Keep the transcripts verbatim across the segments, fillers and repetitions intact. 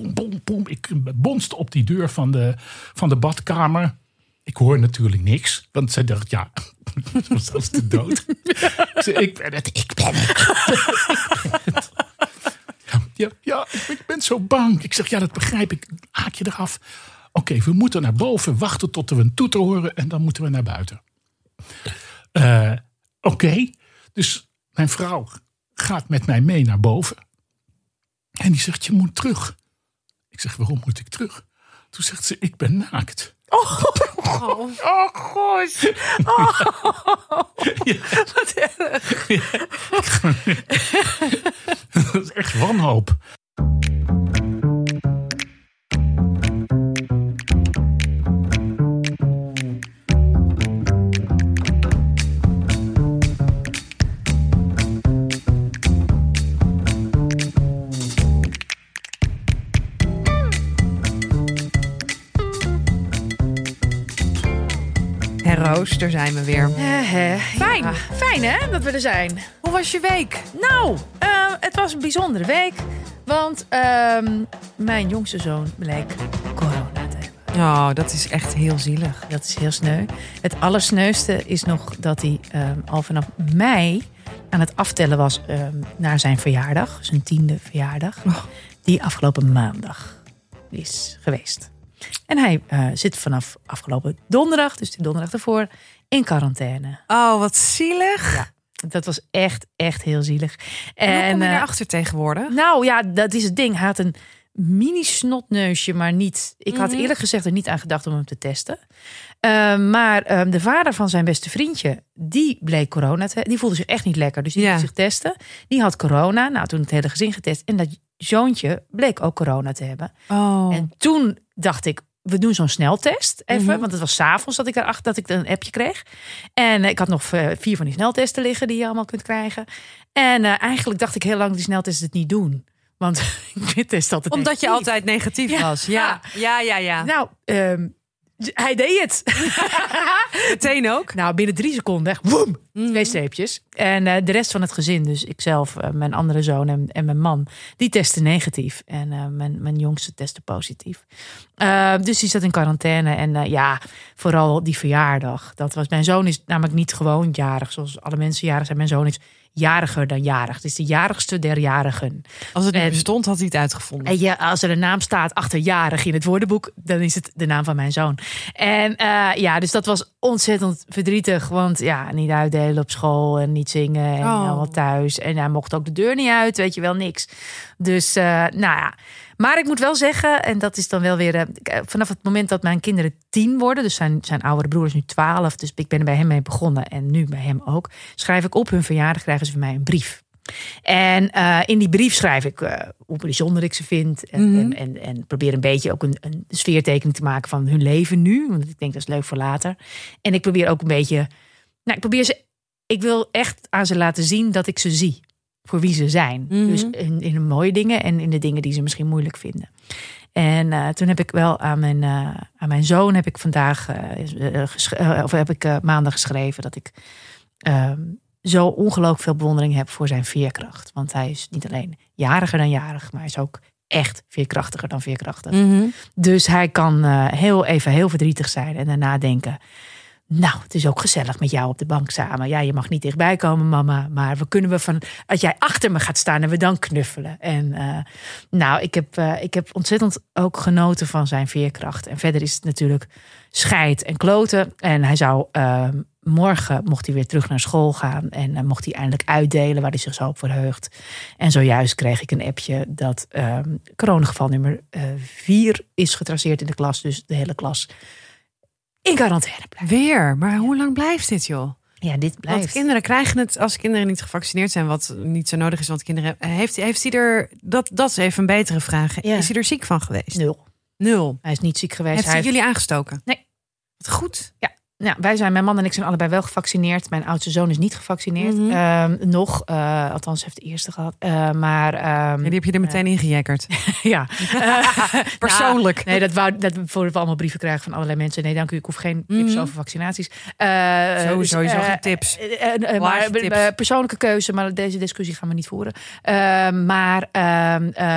boem, boem, boem. Ik bonste op die deur van de, van de badkamer. Ik hoor natuurlijk niks. Want zij dacht, ja, dat was de dood. Ik zei, ik ben het, ik ben het. Ja, ja, ja, ik ben zo bang. Ik zeg, ja, dat begrijp ik. Haak je eraf. Oké, okay, we moeten naar boven, wachten tot we een toeter horen en dan moeten we naar buiten. Uh, Oké, okay. Dus mijn vrouw gaat met mij mee naar boven. En die zegt, je moet terug. Ik zeg, waarom moet ik terug? Toen zegt ze, ik ben naakt. Oh, oh, oh god. Oh, ja. Wat erg. Ja. Dat is echt wanhoop. Roos, daar zijn we weer. Uh, uh, Fijn. Ja. Fijn hè, dat we er zijn. Hoe was je week? Nou, uh, het was een bijzondere week. Want uh, mijn jongste zoon bleek corona te hebben. Oh, dat is echt heel zielig. Dat is heel sneu. Het allersneuste is nog dat hij uh, al vanaf mei aan het aftellen was uh, naar zijn verjaardag. Zijn tiende verjaardag. Oh. Die afgelopen maandag is geweest. En hij uh, zit vanaf afgelopen donderdag, dus de donderdag ervoor, in quarantaine. Oh, wat zielig. Ja, dat was echt, echt heel zielig. En, en hoe kom je uh, erachter tegenwoordig? Nou ja, dat is het ding. Hij had een mini snotneusje, maar niet... Ik had Mm-hmm. eerlijk gezegd er niet aan gedacht om hem te testen. Uh, maar uh, de vader van zijn beste vriendje, die bleek corona te Die voelde zich echt niet lekker, dus die ja. moest zich testen. Die had corona. Nou, toen het hele gezin getest. En dat zoontje bleek ook corona te hebben. Oh. En toen dacht ik, we doen zo'n sneltest even. Mm-hmm. Want het was 's avonds dat ik daarachter dat ik een appje kreeg. En ik had nog vier van die sneltesten liggen die je allemaal kunt krijgen. En uh, eigenlijk dacht ik heel lang, die sneltesten het niet doen. Want ik test altijd Omdat negatief. je altijd negatief Ja. was. Ja, ja, ja. ja. Nou, um, hij deed het. Meteen ook? Nou, binnen drie seconden. Woem, Mm. twee streepjes. En uh, de rest van het gezin, dus ikzelf, uh, mijn andere zoon en, en mijn man, die testen negatief. En uh, mijn, mijn jongste testte positief. Uh, dus die zat in quarantaine. En uh, ja, vooral die verjaardag. Dat was, mijn zoon is namelijk niet gewoon jarig, zoals alle mensen jarig zijn. Mijn zoon is jariger dan jarig. Het is de jarigste der jarigen. Als het niet En- bestond, had hij het uitgevonden. En ja, als er een naam staat achter jarig in het woordenboek, dan is het de naam van mijn zoon. En uh, ja, dus dat was ontzettend verdrietig. Want ja, niet uitdelen op school en niet zingen en Oh. allemaal thuis. En hij mocht ook de deur niet uit, weet je wel, niks. Dus uh, nou ja. Maar ik moet wel zeggen, en dat is dan wel weer... Uh, vanaf het moment dat mijn kinderen tien worden... dus zijn, zijn oudere broer is nu twaalf... dus ik ben er bij hem mee begonnen en nu bij hem ook... schrijf ik op hun verjaardag, krijgen ze van mij een brief. En uh, in die brief schrijf ik uh, hoe bijzonder ik ze vind. En, Mm-hmm. en, en, en probeer een beetje ook een, een sfeertekening te maken van hun leven nu. Want ik denk dat is leuk voor later. En ik probeer ook een beetje... Nou, ik probeer ze... Ik wil echt aan ze laten zien dat ik ze zie. Voor wie ze zijn. Mm-hmm. Dus in, in de mooie dingen en in de dingen die ze misschien moeilijk vinden. En uh, toen heb ik wel aan mijn, uh, aan mijn zoon heb ik vandaag uh, gesch- uh, of heb ik uh, maandag geschreven dat ik uh, zo ongelooflijk veel bewondering heb voor zijn veerkracht. Want hij is niet alleen jariger dan jarig, maar hij is ook echt veerkrachtiger dan veerkrachtig. Mm-hmm. Dus hij kan uh, heel even heel verdrietig zijn en daarna denken... Nou, het is ook gezellig met jou op de bank samen. Ja, je mag niet dichtbij komen, mama. Maar we kunnen we van... Als jij achter me gaat staan en we dan knuffelen. En uh, nou, ik heb, uh, ik heb ontzettend ook genoten van zijn veerkracht. En verder is het natuurlijk scheid en kloten. En hij zou... Uh, morgen mocht hij weer terug naar school gaan. En uh, mocht hij eindelijk uitdelen waar hij zich zo op verheugt. En zojuist kreeg ik een appje dat uh, coronageval nummer uh, vier is getraceerd in de klas. Dus de hele klas... in quarantaine blijven. Weer? Maar hoe lang blijft dit, joh? Ja, dit blijft. Want kinderen krijgen het als kinderen niet gevaccineerd zijn, wat niet zo nodig is, want kinderen heeft, heeft hij er dat dat is even een betere vraag. Ja. Is hij er ziek van geweest? Nul. Nul. Hij is niet ziek geweest. Heeft hij hij jullie aangestoken? Nee. Wat goed. Ja, Nou, wij zijn, mijn man en ik zijn allebei wel gevaccineerd. Mijn oudste zoon is niet gevaccineerd. Mm-hmm. Uh, nog. Uh, althans, heeft de eerste gehad. Uh, maar, um, ja, die heb je er meteen uh, ingejekkerd. ja. Uh, Persoonlijk. Nou, nee, dat wou, dat voordat we allemaal brieven krijgen van allerlei mensen. Nee, dank u. Ik hoef geen tips mm-hmm. over vaccinaties. Uh, Sowieso uh, geen tips. Uh, uh, uh, maar, tips. Uh, persoonlijke keuze, maar deze discussie gaan we niet voeren. Uh, maar uh,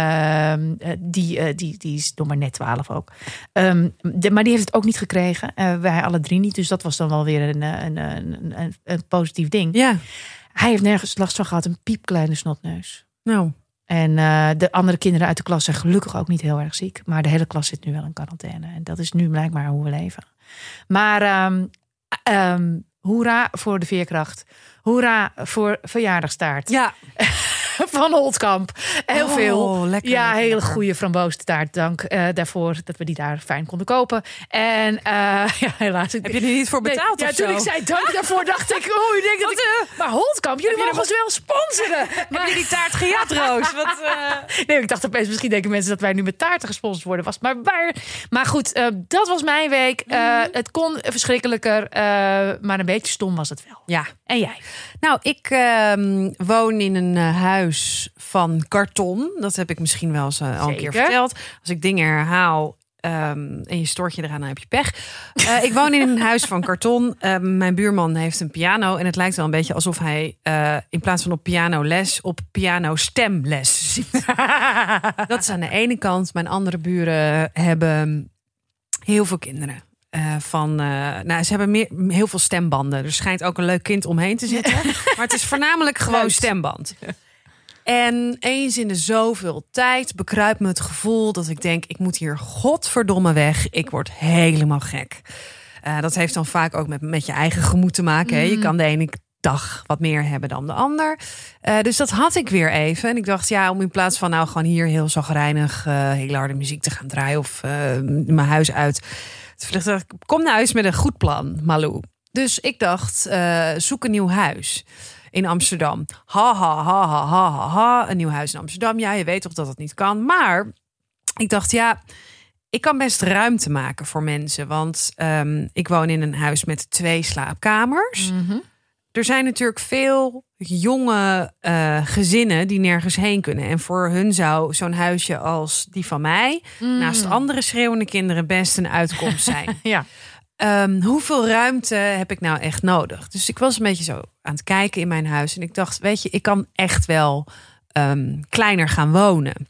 uh, die, uh, die, die is nog maar net twaalf ook. Um, de, maar die heeft het ook niet gekregen. Uh, wij alle drie niet. Dus dat was dan wel weer een, een, een, een, een positief ding. Ja. Hij heeft nergens last van gehad. Een piepkleine snotneus. Nou. En uh, de andere kinderen uit de klas zijn gelukkig ook niet heel erg ziek. Maar de hele klas zit nu wel in quarantaine. En dat is nu blijkbaar hoe we leven. Maar um, um, hoera voor de veerkracht. Hoera voor verjaardagstaart. Ja. Van Holtkamp. Heel oh, veel. Lekker, ja, lekker, hele lekker. goede framboostentaart. Dank uh, daarvoor dat we die daar fijn konden kopen. En uh, ja, helaas. Heb je er niet voor betaald nee, of ja, zo? toen ik zei dank daarvoor, dacht ik, oh, ik denk dat ik... Maar Holtkamp, jullie mogen ons wel sponsoren. Maar heb je die taart gejat, Roos? Wat, uh... Nee, ik dacht opeens, misschien denken mensen dat wij nu met taarten gesponsord worden. Was maar waar. Maar goed, uh, dat was mijn week. Uh, mm. Het kon verschrikkelijker, uh, maar een beetje stom was het wel. Ja. En jij? Nou, ik uh, woon in een uh, huis van karton. Dat heb ik misschien wel eens uh, al een keer verteld. Als ik dingen herhaal um, en je stoort je eraan, dan heb je pech. Uh, ik woon in een huis van karton. Uh, mijn buurman heeft een piano. En het lijkt wel een beetje alsof hij uh, in plaats van op pianoles op piano stemles zit. Dat is aan de ene kant. Mijn andere buren hebben heel veel kinderen. Uh, van, uh, nou, ze hebben meer, heel veel stembanden. Er schijnt ook een leuk kind omheen te zitten. Maar het is voornamelijk gewoon stemband. En eens in de zoveel tijd bekruipt me het gevoel dat ik denk, ik moet hier godverdomme weg. Ik word helemaal gek. Uh, dat heeft dan vaak ook met, met je eigen gemoed te maken. Mm. Hè? Je kan de ene dag wat meer hebben dan de ander. Uh, dus dat had ik weer even. En ik dacht, ja, om in plaats van nou gewoon hier heel zagrijnig uh, heel harde muziek te gaan draaien of uh, mijn huis uit. Kom naar huis met een goed plan, Malou. Dus ik dacht, uh, zoek een nieuw huis in Amsterdam. Ha, ha, ha, ha, ha, ha, ha. Een nieuw huis in Amsterdam. Ja, je weet toch dat het niet kan. Maar ik dacht, ja, ik kan best ruimte maken voor mensen. Want um, ik woon in een huis met twee slaapkamers. Mm-hmm. Er zijn natuurlijk veel jonge uh, gezinnen die nergens heen kunnen. En voor hun zou zo'n huisje als die van mij, mm. naast andere schreeuwende kinderen, best een uitkomst zijn. Ja. Um, hoeveel ruimte heb ik nou echt nodig? Dus ik was een beetje zo aan het kijken in mijn huis. En ik dacht, weet je, ik kan echt wel um, kleiner gaan wonen.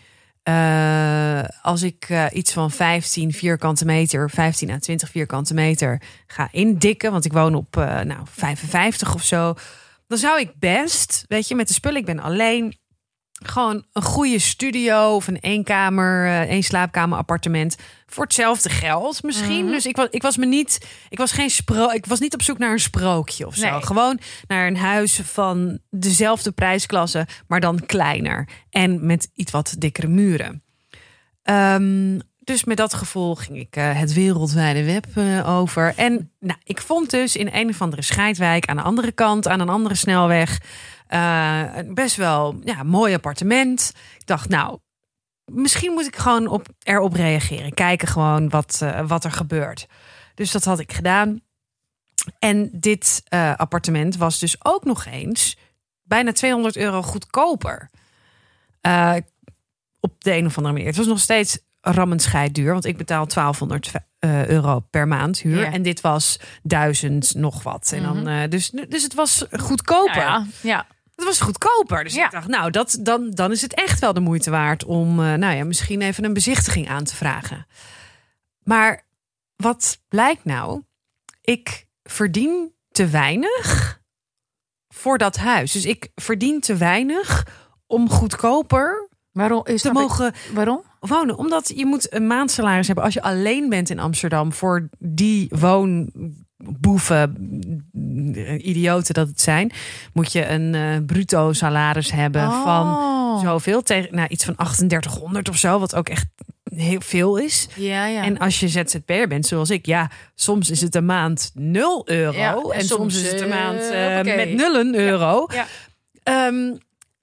Uh, als ik uh, iets van vijftien vierkante meter, vijftien à twintig vierkante meter ga indikken, want ik woon op uh, nou, vijfenvijftig of zo, dan zou ik best, weet je, met de spullen, ik ben alleen, gewoon een goede studio of een eenkamer, uh, één slaapkamer appartement voor hetzelfde geld misschien. Mm-hmm. Dus ik was, ik was me niet, ik was geen spro, ik was niet op zoek naar een sprookje of zo. Nee. Gewoon naar een huis van dezelfde prijsklasse, maar dan kleiner en met iets wat dikkere muren. Um, dus met dat gevoel ging ik uh, het wereldwijde web uh, over. En nou, ik vond dus in een of andere scheidwijk aan de andere kant, aan een andere snelweg, Uh, best wel ja, mooi appartement. Ik dacht, nou, misschien moet ik gewoon op, erop reageren. Kijken gewoon wat, uh, wat er gebeurt. Dus dat had ik gedaan. En dit uh, appartement was dus ook nog eens bijna tweehonderd euro goedkoper. Uh, op de een of andere manier. Het was nog steeds rammenscheid duur. Want ik betaal twaalfhonderd uh, euro per maand huur. Ja. En dit was duizend nog wat. En dan, uh, dus, dus het was goedkoper. Ja, ja. Het was goedkoper. Dus ja. ik dacht, nou, dat, dan, dan is het echt wel de moeite waard om uh, nou ja, misschien even een bezichtiging aan te vragen. Maar wat blijkt nou? Ik verdien te weinig voor dat huis. Dus ik verdien te weinig om goedkoper Waarom is te mogen ik, waarom? wonen. Omdat je moet een maandsalaris hebben als je alleen bent in Amsterdam voor die woonboeven, idioten dat het zijn, moet je een uh, bruto salaris hebben oh. van zoveel tegen nou, iets van achtendertighonderd of zo, wat ook echt heel veel is. Ja, ja. En als je Z Z P'er bent, zoals ik, ja, soms is het een maand nul euro Ja, en, en soms, soms is het een uh, maand uh, okay. met nullen euro. Ja, ja. Um,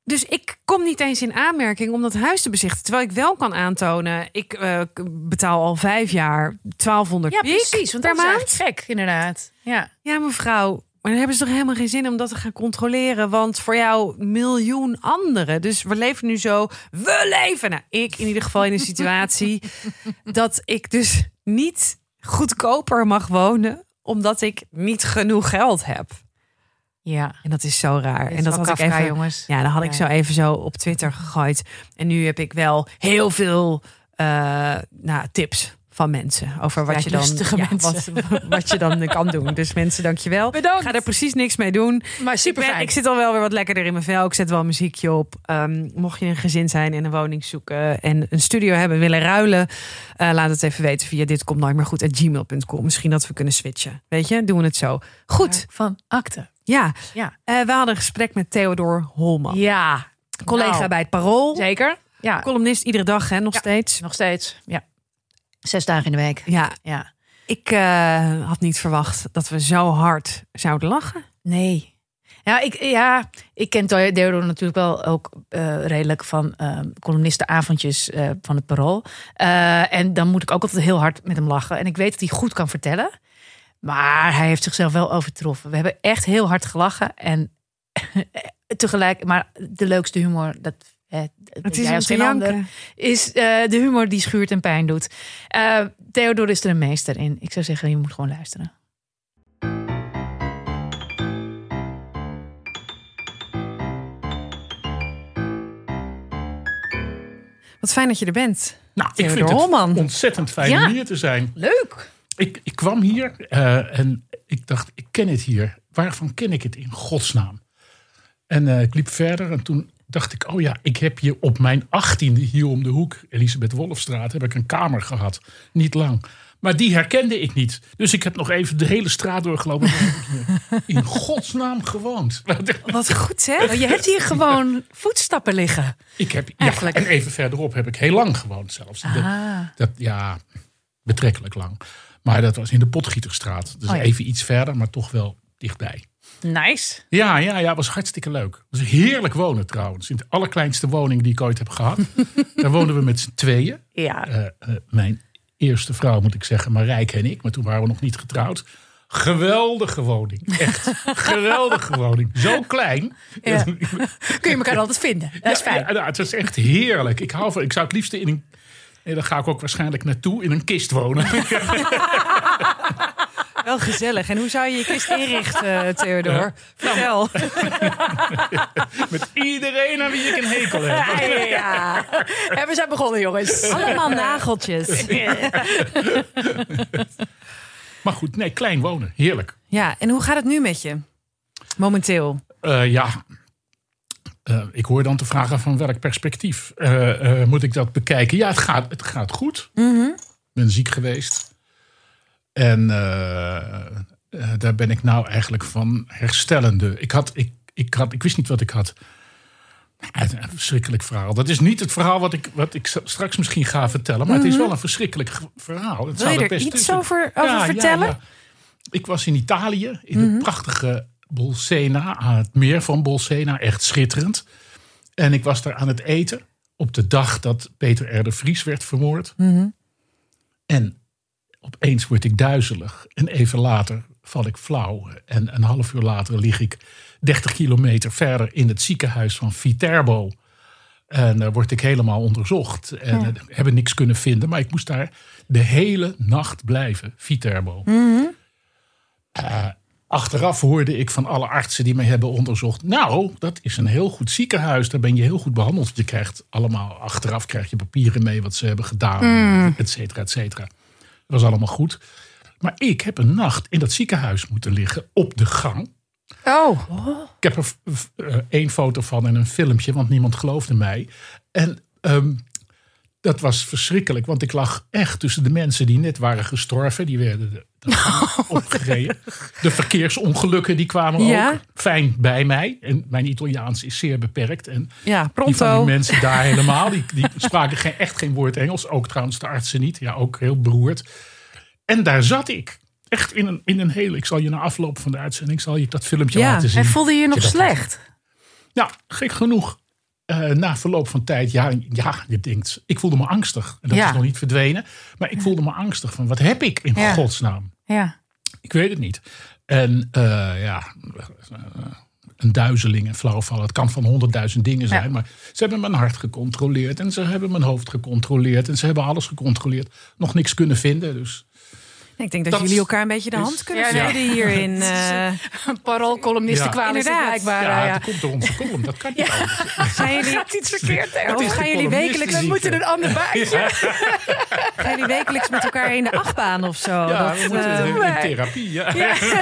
Dus ik kom niet eens in aanmerking om dat huis te bezichtigen. Terwijl ik wel kan aantonen, ik uh, betaal al vijf jaar twaalfhonderd ja, piek precies, want per dat is maand. eigenlijk gek, inderdaad. Ja. Ja, mevrouw, maar dan hebben ze toch helemaal geen zin om dat te gaan controleren. Want voor jou miljoen anderen. Dus we leven nu zo, we leven. Nou, ik in ieder geval in een situatie dat ik dus niet goedkoper mag wonen, omdat ik niet genoeg geld heb. Ja. En dat is zo raar. Is en dat had Kafka, ik even, jongens. ja, dat had ja. ik zo even zo op Twitter gegooid. En nu heb ik wel heel veel uh, nou, tips van mensen over wat je dan, ja, wat, wat je dan kan doen. Dus mensen, dankjewel. Bedankt. Ik ga er precies niks mee doen. Maar super ik, fijn. ik zit al wel weer wat lekkerder in mijn vel. Ik zet wel een muziekje op. Um, mocht je een gezin zijn en een woning zoeken en een studio hebben, willen ruilen, uh, laat het even weten via dit komt nooit meer goed at gmail punt com. Misschien dat we kunnen switchen. Weet je, doen we het zo. Goed. Van akte. Ja, ja. Uh, we hadden een gesprek met Theodor Holman. Ja. Collega nou, bij het Parool. Zeker. Ja. Columnist iedere dag, hè, nog ja, steeds. Nog steeds, ja. Zes dagen in de week. Ja. ja. Ik uh, had niet verwacht dat we zo hard zouden lachen. Nee. Ja, ik, ja, ik ken Theodor natuurlijk wel ook uh, redelijk van uh, columnistenavondjes uh, van het Parool. Uh, en dan moet ik ook altijd heel hard met hem lachen. En ik weet dat hij goed kan vertellen. Maar hij heeft zichzelf wel overtroffen. We hebben echt heel hard gelachen. En tegelijk, maar de leukste humor, dat het, het is als geen ander, is uh, de humor die schuurt en pijn doet. Uh, Theodor is er een meester in. Ik zou zeggen, je moet gewoon luisteren. Wat fijn dat je er bent. Nou, Theodor ik vind Holman. het ontzettend fijn ja. om hier te zijn. Leuk. Ik, ik kwam hier uh, en ik dacht, ik ken het hier. Waarvan ken ik het in godsnaam? En uh, ik liep verder en toen dacht ik, oh ja, ik heb hier op mijn achttiende hier om de hoek, Elisabeth Wolfstraat, heb ik een kamer gehad. Niet lang. Maar die herkende ik niet. Dus ik heb nog even de hele straat doorgelopen. In godsnaam gewoond. Wat goed, hè? Je hebt hier gewoon voetstappen liggen. Ik heb, ja, en even verderop heb ik heel lang gewoond zelfs. Dat, dat, ja, betrekkelijk lang. Maar dat was in de Potgieterstraat. Dus oh ja. even iets verder, maar toch wel dichtbij. Nice. Ja, ja, ja, was hartstikke leuk. Het was heerlijk wonen trouwens. In de allerkleinste woning die ik ooit heb gehad. Daar woonden we met z'n tweeën. Ja. Uh, uh, mijn eerste vrouw, moet ik zeggen, Marijke en ik. Maar toen waren we nog niet getrouwd. Geweldige woning. Echt. Geweldige woning. Zo klein. Ja. Kun je elkaar altijd vinden. Dat is ja, fijn. Ja, het was echt heerlijk. Ik, hou van, ik zou het liefst in een... En daar ga ik ook waarschijnlijk naartoe. In een kist wonen. Wel gezellig. En hoe zou je je kist inrichten, Theodor? Ja. Vertel. Met iedereen aan wie ik een hekel heb. Ja, ja, ja. En we zijn begonnen, jongens. Allemaal nageltjes. Maar goed, nee, klein wonen. Heerlijk. Ja, en hoe gaat het nu met je? Momenteel? Uh, ja, uh, ik hoor dan te vragen van welk perspectief uh, uh, moet ik dat bekijken? Ja, het gaat, het gaat goed. Mm-hmm. Ik ben ziek geweest. En uh, uh, daar ben ik nou eigenlijk van herstellende. Ik, had, ik, ik, had, ik wist niet wat ik had. Een verschrikkelijk verhaal. Dat is niet het verhaal wat ik, wat ik straks misschien ga vertellen. Maar mm-hmm. het is wel een verschrikkelijk verhaal. Het Wil je er best iets tussen... over, over ja, vertellen? Ja, ja. Ik was in Italië, in mm-hmm. het prachtige Bolsena, aan het meer van Bolsena. Echt schitterend. En ik was daar aan het eten op de dag dat Peter R. de Vries werd vermoord. Mm-hmm. En opeens word ik duizelig. En even later val ik flauw. En een half uur later lig ik dertig kilometer verder in het ziekenhuis van Viterbo. En daar uh, word ik helemaal onderzocht. En ja. uh, hebben niks kunnen vinden. Maar ik moest daar de hele nacht blijven. Viterbo. Mm-hmm. Uh, achteraf hoorde ik van alle artsen die mij hebben onderzocht. Nou, dat is een heel goed ziekenhuis. Daar ben je heel goed behandeld. Je krijgt allemaal achteraf krijg je papieren mee wat ze hebben gedaan. Mm. Et cetera, et cetera. Dat was allemaal goed. Maar ik heb een nacht in dat ziekenhuis moeten liggen op de gang. Oh. Ik heb er uh, één foto van en een filmpje, want niemand geloofde mij. En um, dat was verschrikkelijk, want ik lag echt tussen de mensen die net waren gestorven. Die werden de, de gang opgereden. De verkeersongelukken die kwamen ja. ook fijn bij mij. En mijn Italiaans is zeer beperkt. En ja, pronto. Die van die mensen daar helemaal, die, die spraken geen, echt geen woord Engels. Ook trouwens de artsen niet. Ja, ook heel beroerd. En daar zat ik. Echt in een, in een hele... Ik zal je na afloop van de uitzending zal je dat filmpje ja, laten zien. En voelde je je nog slecht? Ja, gek genoeg. uh, na verloop van tijd, ja, ja, je denkt, ik voelde me angstig. En dat Ja. is nog niet verdwenen. Maar ik voelde me angstig van, wat heb ik in Ja. godsnaam? Ja. Ik weet het niet. En uh, ja, een duizeling en flauwvallen. Het kan van honderdduizend dingen zijn. Ja. Maar ze hebben mijn hart gecontroleerd. En ze hebben mijn hoofd gecontroleerd. En ze hebben alles gecontroleerd. Nog niks kunnen vinden. Dus Ik denk dat, Dat jullie elkaar een beetje de is- hand kunnen Ja, nee. schudden hierin. uh, Een paroolcolumnisten Ja. kwamen Inderdaad. blijkbaar. ja, Ja, dat komt door onze column. Dat kan niet anders. Zijn jullie, Gaat iets verkeerd, hè? of is gaan de jullie wekelijks, We moeten een ander baantje. gaan jullie wekelijks met elkaar in de achtbaan of zo? Ja, Dat, we moeten eh, in, in wij. therapie. Ja.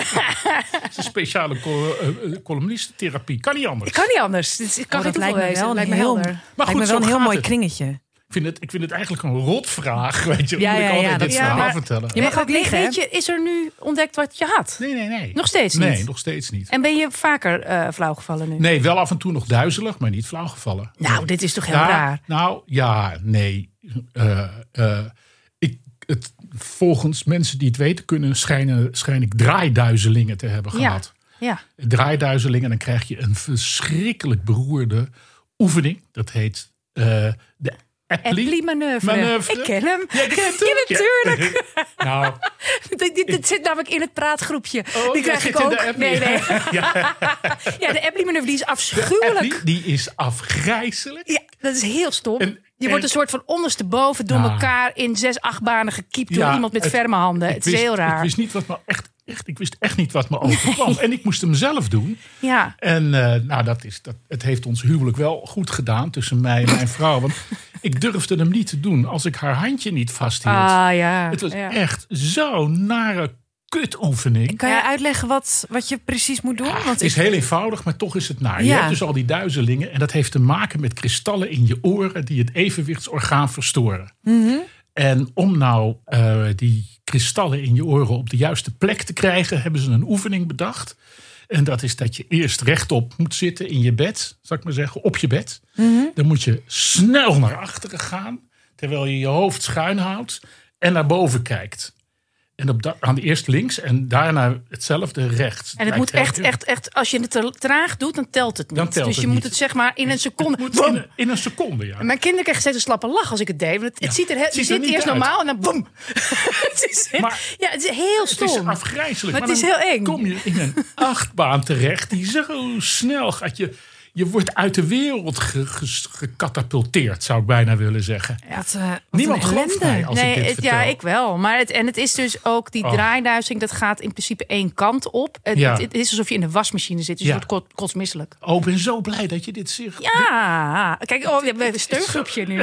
Het is een speciale col- uh, columnistentherapie. Kan niet anders. Kan niet anders. Het kan Oh, geen dat lijkt me toeval wel wezen. een Lijkt me heel, helder. Maar lijkt goed, me wel zo een heel gaat mooi het. kringetje. Ik vind het, ik vind het eigenlijk een rotvraag. Weet je, Ja, moet ja, ik altijd ja, dit dat- ja, verhaal maar- vertellen. Je mag Nee, ook liegen, nee, hè? weet je, is er nu ontdekt wat je had? Nee, nee, nee. Nog steeds niet? Nee, nog steeds niet. En ben je vaker uh, flauwgevallen nu? Nee, wel af en toe nog duizelig, maar niet flauwgevallen. Nou, dit is toch heel Ja, raar? Nou, ja, nee. Uh, uh, ik, het, volgens mensen die het weten kunnen, schijnen, schijn ik draaiduizelingen te hebben Ja. gehad. Ja. Draaiduizelingen, dan krijg je een verschrikkelijk beroerde oefening. Dat heet uh, de Epley. Epley-manoeuvre. Manoeuvre. Ik ken hem. Jij kent hem? Ja, natuurlijk. Nou, dit, dit, dit zit namelijk in het praatgroepje. Oh, die dat krijg zit ik in de ook. Epley. Nee, nee. ja, Ja, de Epley-manoeuvre die is de afschuwelijk. Epley, die is afgrijzelijk. Ja, dat is heel stom. En- je en- wordt een soort van ondersteboven door Ja. elkaar in zes, acht banen gekiept door Ja, iemand met het- ferme handen. Ik Het is wist- heel raar. Ik wist niet wat me echt, echt, ik wist echt niet wat me overkwam. En ik moest hem zelf doen. Ja. En uh, nou, dat is, dat, het heeft ons huwelijk wel goed gedaan tussen mij en mijn vrouw. Want ik durfde hem niet te doen als ik haar handje niet vasthield. Ah ja. Het was ja. echt zo'n nare kutoefening. Kan je Ja. uitleggen wat, wat je precies moet doen? Want Het is heel eenvoudig, maar toch is het naar. Je Ja. hebt dus al die duizelingen. En dat heeft te maken met kristallen in je oren die het evenwichtsorgaan verstoren. Mhm. En om nou uh, die kristallen in je oren op de juiste plek te krijgen, hebben ze een oefening bedacht. En dat is dat je eerst rechtop moet zitten in je bed, zal ik maar zeggen, op je bed. Mm-hmm. Dan moet je snel naar achteren gaan, terwijl je je hoofd schuin houdt en naar boven kijkt. En op da- aan de eerst links en daarna hetzelfde rechts. En het moet echt, echt, echt, als je het te traag doet, dan telt het niet. Dan telt dus het je moet niet. het zeg maar in een seconde. Moet Boom! in, een- in een seconde, ja. En mijn kinderen kregen steeds een slappe lach als ik het deed. Want het, het ziet er, he- het je ziet er zit niet eerst uit. normaal en dan boem. het is, Maar- ja, het is heel Het is stom. afgrijzelijk. Maar het is dan heel eng. kom je in een achtbaan terecht die zo snel gaat. Je, je wordt uit de wereld ge- ge- gecatapulteerd, zou ik bijna willen zeggen. Wat, uh, wat Niemand een gelooft ellende. mij als nee, ik dit het, vertel. ja, ik wel. Maar het, en het is dus ook die Oh. draaiduizing, dat gaat in principe één kant op. Het, Ja. het, het is alsof je in de wasmachine zit. Dus Ja. je wordt kot- kotsmisselijk. Oh, ik ben zo blij dat je dit zegt. Ja, kijk, oh, we hebben een steungroepje nu.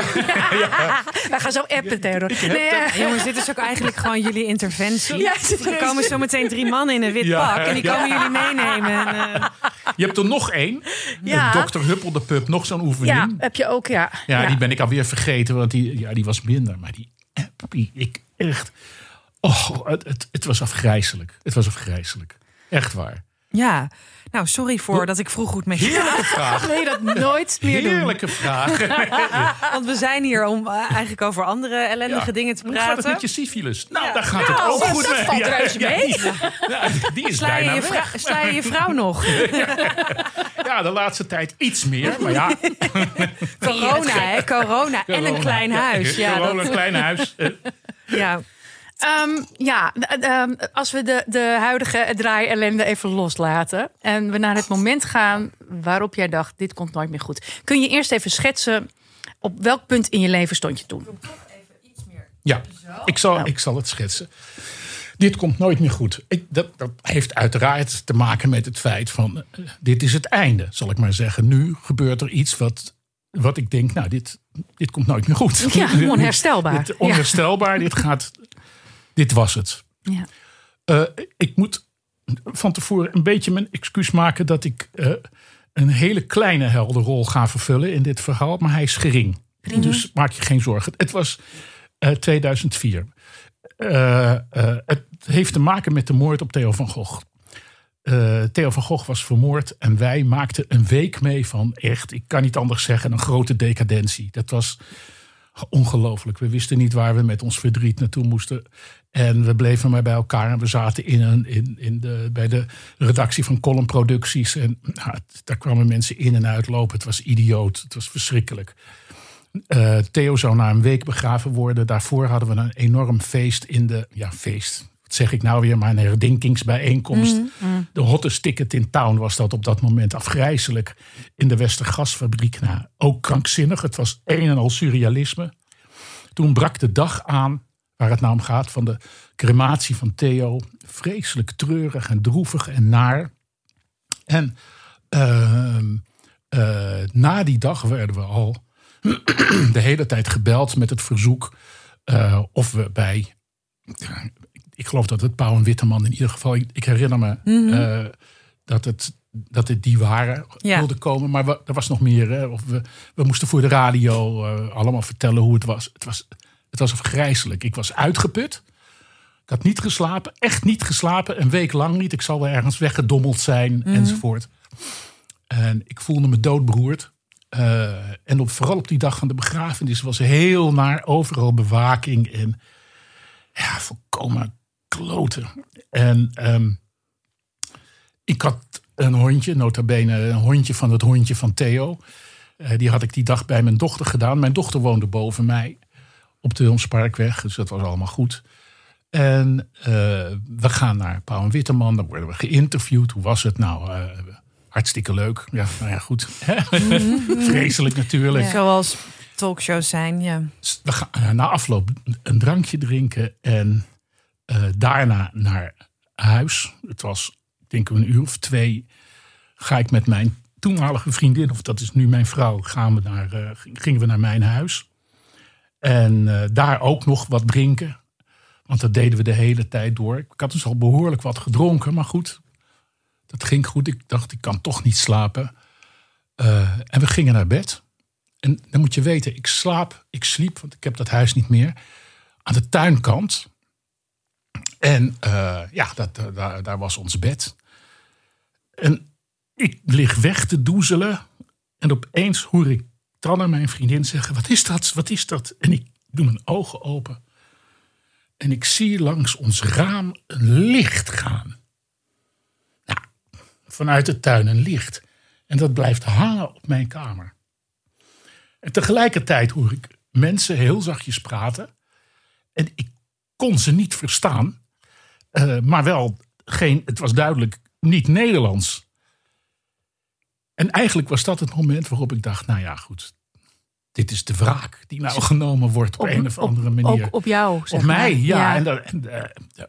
Wij gaan zo appen, Theodor. Nee, Ja, ja. jongens, dit is ook eigenlijk gewoon jullie interventie. Ja, het is- er komen zo meteen drie mannen in een wit Ja, pak en die ja. komen jullie meenemen. En, uh, Je hebt er nog één. Ja. dokter Huppel de Pup, nog zo'n oefening. Ja, heb je ook, ja. Ja, die ben ik alweer vergeten, want die, ja, die was minder. Maar die, die ik echt... Oh, het, het, het was afgrijzelijk. Het was afgrijzelijk. Echt waar. ja, nou sorry voor dat ik vroeg goed met je. Heerlijke vraag. Nee, dat nooit meer doen. Heerlijke vraag. Want we zijn hier om uh, eigenlijk over andere ellendige Ja. dingen te Hoe gaat het praten. met je syfilis? Nou, Ja. daar gaat Nou, het ook dat goed mee. valt reuze mee. Die, ja, die is Sla je, bijna je weg. vrou- sla je je vrouw nog? Ja, de laatste tijd iets meer. Maar ja, Corona, hè? Corona en een corona. klein huis. Ja, Gewoon dat, een klein huis. Eh, ja. Ehm, ja, d- um, als we de, de huidige draai-ellende even loslaten. En we naar het moment gaan waarop jij dacht, dit komt nooit meer goed. Kun je eerst even schetsen, op welk punt in je leven stond je toen? Ja, ik zal, ik zal het schetsen. Dit komt nooit meer goed. Ik, dat, dat heeft uiteraard te maken met het feit van... Uh, dit is het einde, zal ik maar zeggen. Nu gebeurt er iets wat, wat ik denk... nou, dit, dit komt nooit meer goed. Ja, onherstelbaar. Dit, onherstelbaar, dit gaat... Dit was het. Ja. Uh, ik moet van tevoren een beetje mijn excuus maken... dat ik uh, een hele kleine heldenrol ga vervullen in dit verhaal. Maar hij is gering. Mm-hmm. Dus maak je geen zorgen. Het was uh, tweeduizend vier. Uh, uh, het heeft te maken met de moord op Theo van Gogh. Uh, Theo van Gogh was vermoord en wij maakten een week mee van echt, ik kan niet anders zeggen, een grote decadentie. Dat was Ongelooflijk. We wisten niet waar we met ons verdriet naartoe moesten. En we bleven maar bij elkaar. En we zaten in een, in, in de, bij de redactie van Column Producties. En nou, daar kwamen mensen in en uit lopen. Het was idioot. Het was verschrikkelijk. Uh, Theo zou na een week begraven worden. Daarvoor hadden we een enorm feest in de... Ja, feest. Wat zeg ik nou weer? Maar een herdenkingsbijeenkomst. Mm, mm. De hottest ticket in town was dat op dat moment. Afgrijzelijk. In de Westergasfabriek. Nou, ook krankzinnig. Het was een en al surrealisme. Toen brak de dag aan... waar het nou om gaat, van de crematie van Theo. Vreselijk treurig en droevig en naar. En uh, uh, na die dag werden we al de hele tijd gebeld met het verzoek... Uh, of we bij... Ik geloof dat het Pauw en Witteman in ieder geval... Ik, ik herinner me mm-hmm. uh, dat, het, dat het die waren ja. wilde komen. Maar we, er was nog meer. Hè? Of we, we moesten voor de radio uh, allemaal vertellen hoe het was. Het was... Het was afgrijselijk. Ik was uitgeput. Ik had niet geslapen. Echt niet geslapen. Een week lang niet. Ik zal wel ergens weggedommeld zijn. Mm-hmm. Enzovoort. En ik voelde me doodberoerd. Uh, en op, vooral op die dag van de begrafenis was heel naar. Overal bewaking. En ja, volkomen kloten. En um, ik had een hondje. Nota bene een hondje van het hondje van Theo. Uh, die had ik die dag bij mijn dochter gedaan. Mijn dochter woonde boven mij. Op de Wilmsparkweg, dus dat was allemaal goed. En uh, we gaan naar Pauw en Witteman, dan worden we geïnterviewd. Hoe was het nou? Uh, hartstikke leuk. Ja, nou ja, goed. Vreselijk natuurlijk. Ja. Zoals talkshows zijn, ja. We gaan uh, na afloop een drankje drinken en uh, daarna naar huis. Het was, ik denk een uur of twee, ga ik met mijn toenmalige vriendin, of dat is nu mijn vrouw, gaan we naar, uh, gingen we naar mijn huis. En uh, daar ook nog wat drinken. Want dat deden we de hele tijd door. Ik had dus al behoorlijk wat gedronken. Maar goed, dat ging goed. Ik dacht, ik kan toch niet slapen. Uh, en we gingen naar bed. En dan moet je weten, ik slaap, ik sliep, want ik heb dat huis niet meer, aan de tuinkant. En uh, ja, dat, daar, daar was ons bed. En ik lig weg te doezelen. En opeens hoor ik Tranne, mijn vriendin, zeggen: wat is dat? Wat is dat? En ik doe mijn ogen open. En ik zie langs ons raam een licht gaan. Nou, vanuit de tuin een licht. En dat blijft hangen op mijn kamer. En tegelijkertijd hoor ik mensen heel zachtjes praten. En ik kon ze niet verstaan. Uh, maar wel, geen, het was duidelijk niet Nederlands. En eigenlijk was dat het moment waarop ik dacht, nou ja, goed. Dit is de wraak die nou genomen wordt op, op een of andere op, manier. Ook op jou, zeg Op mij, maar. ja. ja. En, en, uh, uh,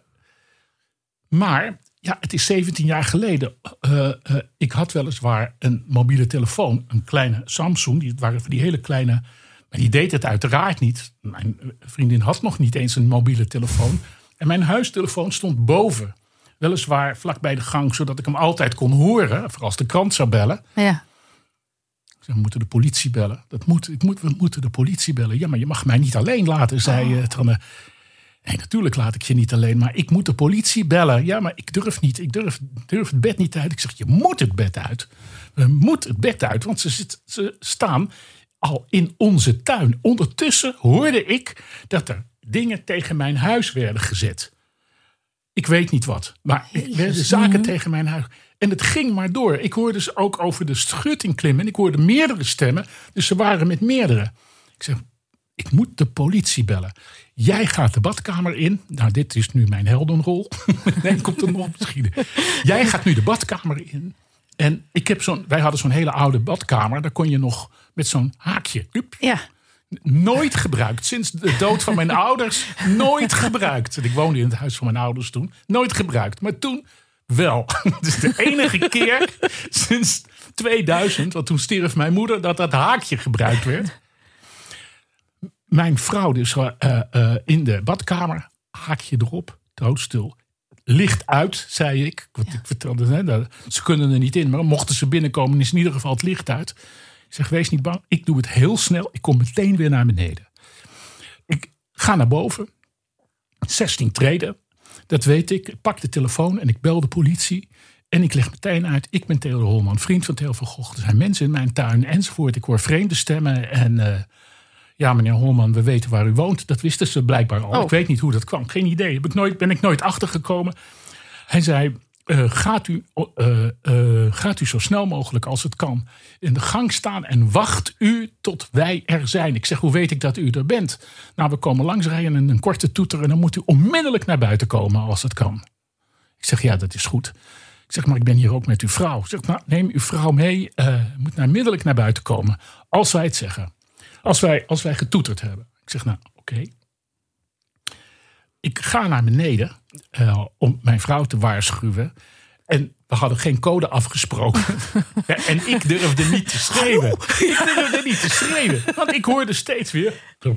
maar, ja, het is zeventien jaar geleden. Uh, uh, ik had weliswaar een mobiele telefoon. Een kleine Samsung. Die waren die hele kleine. Maar die deed het uiteraard niet. Mijn vriendin had nog niet eens een mobiele telefoon. En mijn huistelefoon stond boven. Weliswaar vlak bij de gang, zodat ik hem altijd kon horen. Voor als de krant zou bellen. Ja. Ik zei, we moeten de politie bellen. Dat moet, ik moet, we moeten de politie bellen. Ja, maar je mag mij niet alleen laten, zei oh. Tranne. Nee, natuurlijk laat ik je niet alleen. Maar ik moet de politie bellen. Ja, maar ik durf niet. Ik durf, durf het bed niet uit. Ik zeg, je moet het bed uit. We moeten het bed uit. Want ze, zit, ze staan al in onze tuin. Ondertussen hoorde ik dat er dingen tegen mijn huis werden gezet. Ik weet niet wat. Maar er werden zaken tegen mijn huis. En het ging maar door. Ik hoorde ze ook over de schutting klimmen. En ik hoorde meerdere stemmen. Dus ze waren met meerdere. Ik zeg, ik moet de politie bellen. Jij gaat de badkamer in. Nou, dit is nu mijn heldenrol. Nee, komt er nog misschien. Jij gaat nu de badkamer in. En ik heb zo'n, wij hadden zo'n hele oude badkamer. Daar kon je nog met zo'n haakje. Up, ja. Nooit gebruikt. Sinds de dood van mijn ouders. Nooit gebruikt. Ik woonde in het huis van mijn ouders toen. Nooit gebruikt. Maar toen wel. Het is de enige keer sinds tweeduizend. Want toen stierf mijn moeder. Dat dat haakje gebruikt werd. Mijn vrouw dus uh, uh, in de badkamer. Haakje erop. Doodstil. Licht uit, zei ik. Wat ja. ik vertelde. Hè, ze kunnen er niet in. Maar mochten ze binnenkomen is in ieder geval het licht uit. Ik zeg, wees niet bang. Ik doe het heel snel. Ik kom meteen weer naar beneden. Ik ga naar boven. zestien treden. Dat weet ik. Ik pak de telefoon en ik bel de politie. En ik leg meteen uit. Ik ben Theo de Holman, vriend van Theo van Gogh. Er zijn mensen in mijn tuin enzovoort. Ik hoor vreemde stemmen. En uh, Ja, meneer Holman, we weten waar u woont. Dat wisten ze blijkbaar al. Oh. Ik weet niet hoe dat kwam. Geen idee. Heb ik nooit, ben ik nooit achtergekomen. Hij zei, uh, gaat, u, uh, uh, gaat u zo snel mogelijk als het kan in de gang staan en wacht u tot wij er zijn. Ik zeg, hoe weet ik dat u er bent? Nou, we komen langsrijden en een korte toeter en dan moet u onmiddellijk naar buiten komen als het kan. Ik zeg, ja, dat is goed. Ik zeg, maar ik ben hier ook met uw vrouw. Ik zeg, nou, neem uw vrouw mee. Uh, moet onmiddellijk naar buiten komen. Als wij het zeggen. Als wij, als wij getoeterd hebben. Ik zeg, nou, oké. Okay. Ik ga naar beneden uh, om mijn vrouw te waarschuwen. En we hadden geen code afgesproken. Ja, en ik durfde niet te schreeuwen. Ik durfde niet te schreeuwen. Want ik hoorde steeds weer...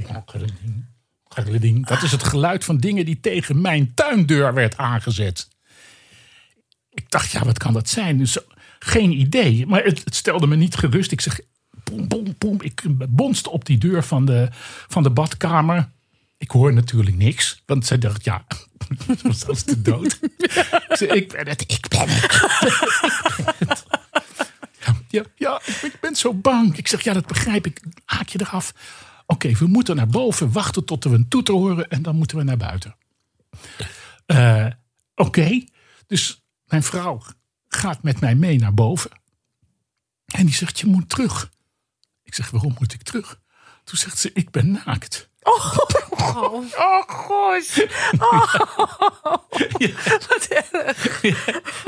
Dat is het geluid van dingen die tegen mijn tuindeur werd aangezet. Ik dacht, ja, wat kan dat zijn? Dus geen idee. Maar het, het stelde me niet gerust. Ik zeg, boem, boem, boem. Ik bonste op die deur van de, van de badkamer. Ik hoor natuurlijk niks. Want zij dacht, ja, dat was zelfs te dood. Ik zeg, ik ben het, ik ben het. Ja, ja, ik ben, ik ben zo bang. Ik zeg, ja, dat begrijp ik. Haak je eraf. Oké, okay, we moeten naar boven. Wachten tot we een toeter horen. En dan moeten we naar buiten. Uh, Oké, okay. Dus... Mijn vrouw gaat met mij mee naar boven. En die zegt, je moet terug. Ik zeg, waarom moet ik terug? Toen zegt ze, ik ben naakt. Oh, oh, oh god. Oh. Ja. Wat erg. Ja.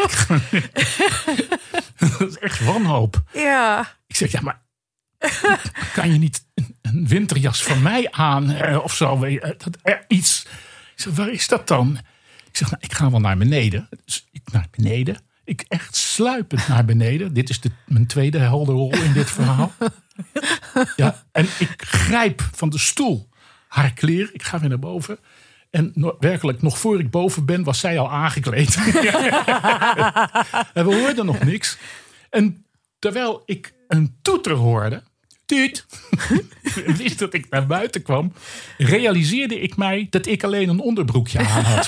Dat is echt wanhoop. Ja. Ik zeg, ja, maar kan je niet een, een winterjas van mij aan? Eh, of zo, weet je, dat, er iets. Ik zeg, waar is dat dan? Ik zeg, nou, ik ga wel naar beneden. Dus ik naar beneden. Ik echt sluipend naar beneden. Dit is de, mijn tweede helderrol in dit verhaal. Ja, en ik grijp van de stoel haar kleren. Ik ga weer naar boven. En no, werkelijk, nog voor ik boven ben, was zij al aangekleed. En we hoorden nog niks. En terwijl ik een toeter hoorde... Tuut. Wist dat ik naar buiten kwam, realiseerde ik mij dat ik alleen een onderbroekje aan had.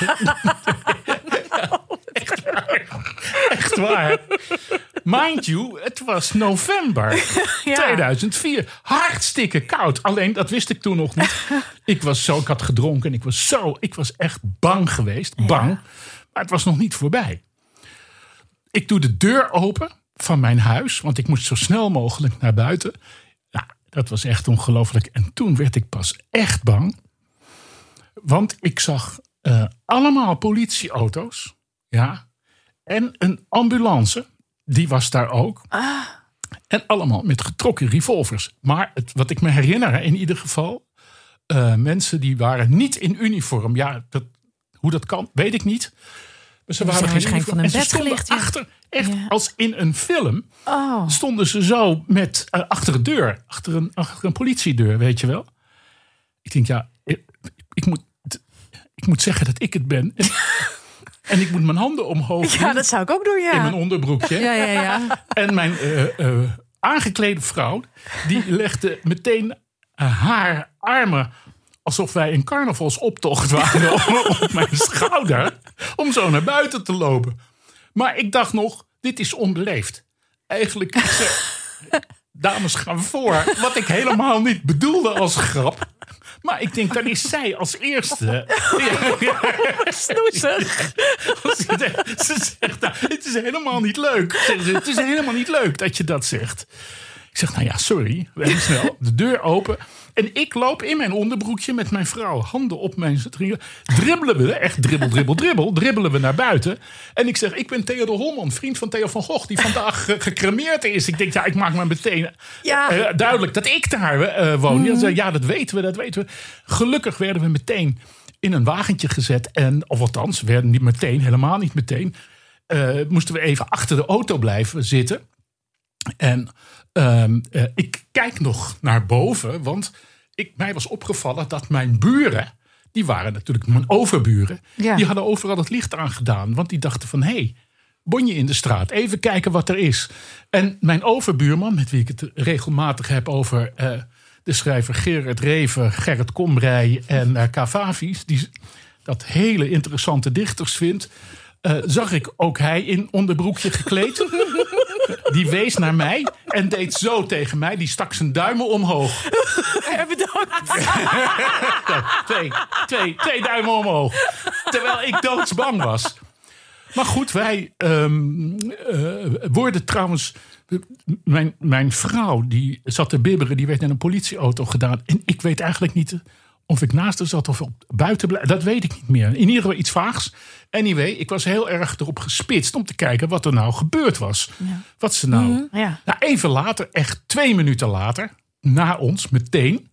Echt waar. Echt waar. Mind you, het was november ja. tweeduizend vier. Hartstikke koud. Alleen, dat wist ik toen nog niet. Ik was zo, ik had gedronken en ik was zo, ik was echt bang geweest. Bang. Ja. Maar het was nog niet voorbij. Ik doe de deur open van mijn huis, want ik moest zo snel mogelijk naar buiten. Ja, dat was echt ongelooflijk. En toen werd ik pas echt bang. Want ik zag uh, allemaal politieauto's. Ja. En een ambulance. Die was daar ook. Ah. En allemaal met getrokken revolvers. Maar het, wat ik me herinner in ieder geval. Uh, mensen die waren niet in uniform. Ja, dat, hoe dat kan, weet ik niet. Maar ze waren geen uniform. Van een en ze bed stonden gelicht, ja. achter. Echt ja. als in een film. Oh. Stonden ze zo met uh, achter de deur. Achter een, achter een politiedeur, weet je wel. Ik denk, ja, ik, ik, moet, ik moet zeggen dat ik het ben. En, en ik moet mijn handen omhoog doen. Ja, dat zou ik ook doen, ja. In mijn onderbroekje. Ja, ja, ja. En mijn uh, uh, aangeklede vrouw, die legde meteen uh, haar armen, alsof wij een carnavalsoptocht waren, op mijn schouder. Om zo naar buiten te lopen. Maar ik dacht nog, dit is onbeleefd. Eigenlijk, ik zeg, dames gaan voor. Wat ik helemaal niet bedoelde als grap. Maar ik denk, dan is zij als eerste. Snoezig. Ze zegt, nou, het is helemaal niet leuk. Het is helemaal niet leuk dat je dat zegt. Ik zeg, nou ja, sorry. We hebben snel de deur open. En ik loop in mijn onderbroekje met mijn vrouw. Handen op mijn stringen. Dribbelen we, echt dribbel, dribbel, dribbel. Dribbelen we naar buiten. En ik zeg, ik ben Theodor Holman. Vriend van Theo van Gogh. Die vandaag uh, gecremeerd is. Ik denk, ja, ik maak maar meteen ja. uh, duidelijk dat ik daar uh, woon. Mm. Ja, ja, dat weten we, dat weten we. Gelukkig werden we meteen in een wagentje gezet. En, of althans, we werden niet meteen, helemaal niet meteen. Uh, moesten we even achter de auto blijven zitten. En um, uh, ik kijk nog naar boven, want ik, mij was opgevallen dat mijn buren, die waren natuurlijk mijn overburen, ja. die hadden overal het licht aangedaan. Want die dachten van, hé, hey, bonje in de straat, even kijken wat er is. En mijn overbuurman, met wie ik het regelmatig heb over uh, de schrijver Gerard Reven, Gerrit Komrij en uh, Cavafis, die dat hele interessante dichters vindt, uh, zag ik ook hij in onderbroekje gekleed. Die wees naar mij en deed zo tegen mij. Die stak zijn duimen omhoog. Ja, bedankt. twee, twee, twee duimen omhoog. Terwijl ik doodsbang was. Maar goed, wij um, uh, worden trouwens... Mijn, mijn vrouw, die zat te bibberen. Die werd in een politieauto gedaan. En ik weet eigenlijk niet of ik naast haar zat of op buiten bleef. Dat weet ik niet meer. In ieder geval iets vaags. Anyway, ik was heel erg erop gespitst om te kijken wat er nou gebeurd was. Ja. Wat ze nou... Mm-hmm, ja. Nou, even later, echt twee minuten later, na ons, meteen...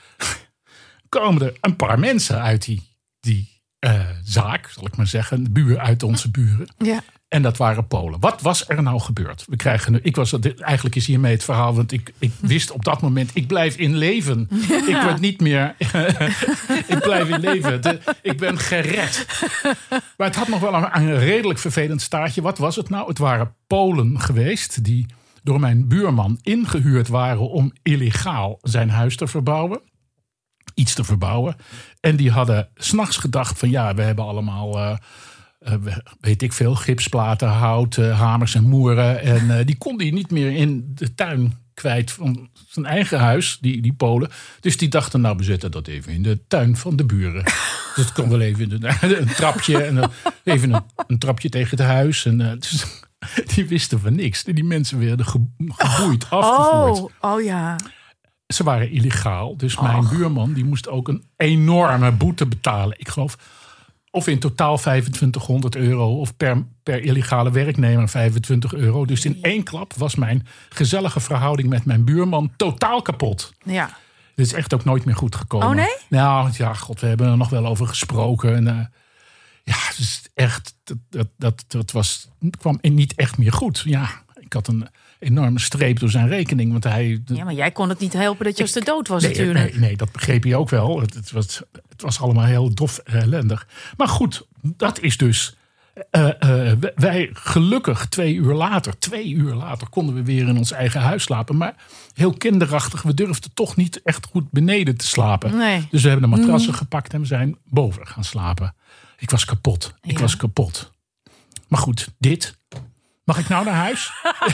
komen er een paar mensen uit die, die uh, zaak, zal ik maar zeggen. De buur uit onze buren. Ja. En dat waren Polen. Wat was er nou gebeurd? We krijgen nu, ik was, eigenlijk is hiermee het verhaal. Want ik, ik wist op dat moment, ik blijf in leven. Ja. Ik word niet meer... ik blijf in leven. De, ik ben gered. Maar het had nog wel een, een redelijk vervelend staartje. Wat was het nou? Het waren Polen geweest die door mijn buurman ingehuurd waren om illegaal zijn huis te verbouwen. Iets te verbouwen. En die hadden 's nachts gedacht van ja, we hebben allemaal... Uh, Uh, weet ik veel, gipsplaten, hout, uh, hamers en moeren. En uh, die kon hij niet meer in de tuin kwijt van zijn eigen huis, die, die Polen. Dus die dachten, nou, we zetten dat even in de tuin van de buren. Dus dat kon wel even in de, een trapje. En uh, even een, een trapje tegen het huis. En, uh, dus, die wisten van niks. Die mensen werden ge, geboeid, afgevoerd. Oh, oh ja. Ze waren illegaal. Dus mijn Och. buurman die moest ook een enorme boete betalen. Ik geloof... Of in totaal vijfentwintighonderd euro. Of per, per illegale werknemer vijfentwintig euro. Dus in één klap was mijn gezellige verhouding met mijn buurman totaal kapot. Ja. Dit is echt ook nooit meer goed gekomen. Oh nee? Nou ja, god, we hebben er nog wel over gesproken. En, uh, ja, dus echt, dat, dat, dat, dat was, kwam niet echt meer goed. Ja, ik had een enorme streep door zijn rekening. Want hij, ja, maar jij kon het niet helpen dat je als de dood was nee, natuurlijk. Nee, nee, dat begreep hij ook wel. Het, het, was, het was allemaal heel dof ellendig. Maar goed, dat is dus... Uh, uh, wij gelukkig twee uur later, twee uur later... konden we weer in ons eigen huis slapen. Maar heel kinderachtig, we durfden toch niet echt goed beneden te slapen. Nee. Dus we hebben de matrassen mm. gepakt en we zijn boven gaan slapen. Ik was kapot. Ik ja. was kapot. Maar goed, dit... Mag ik nou naar huis?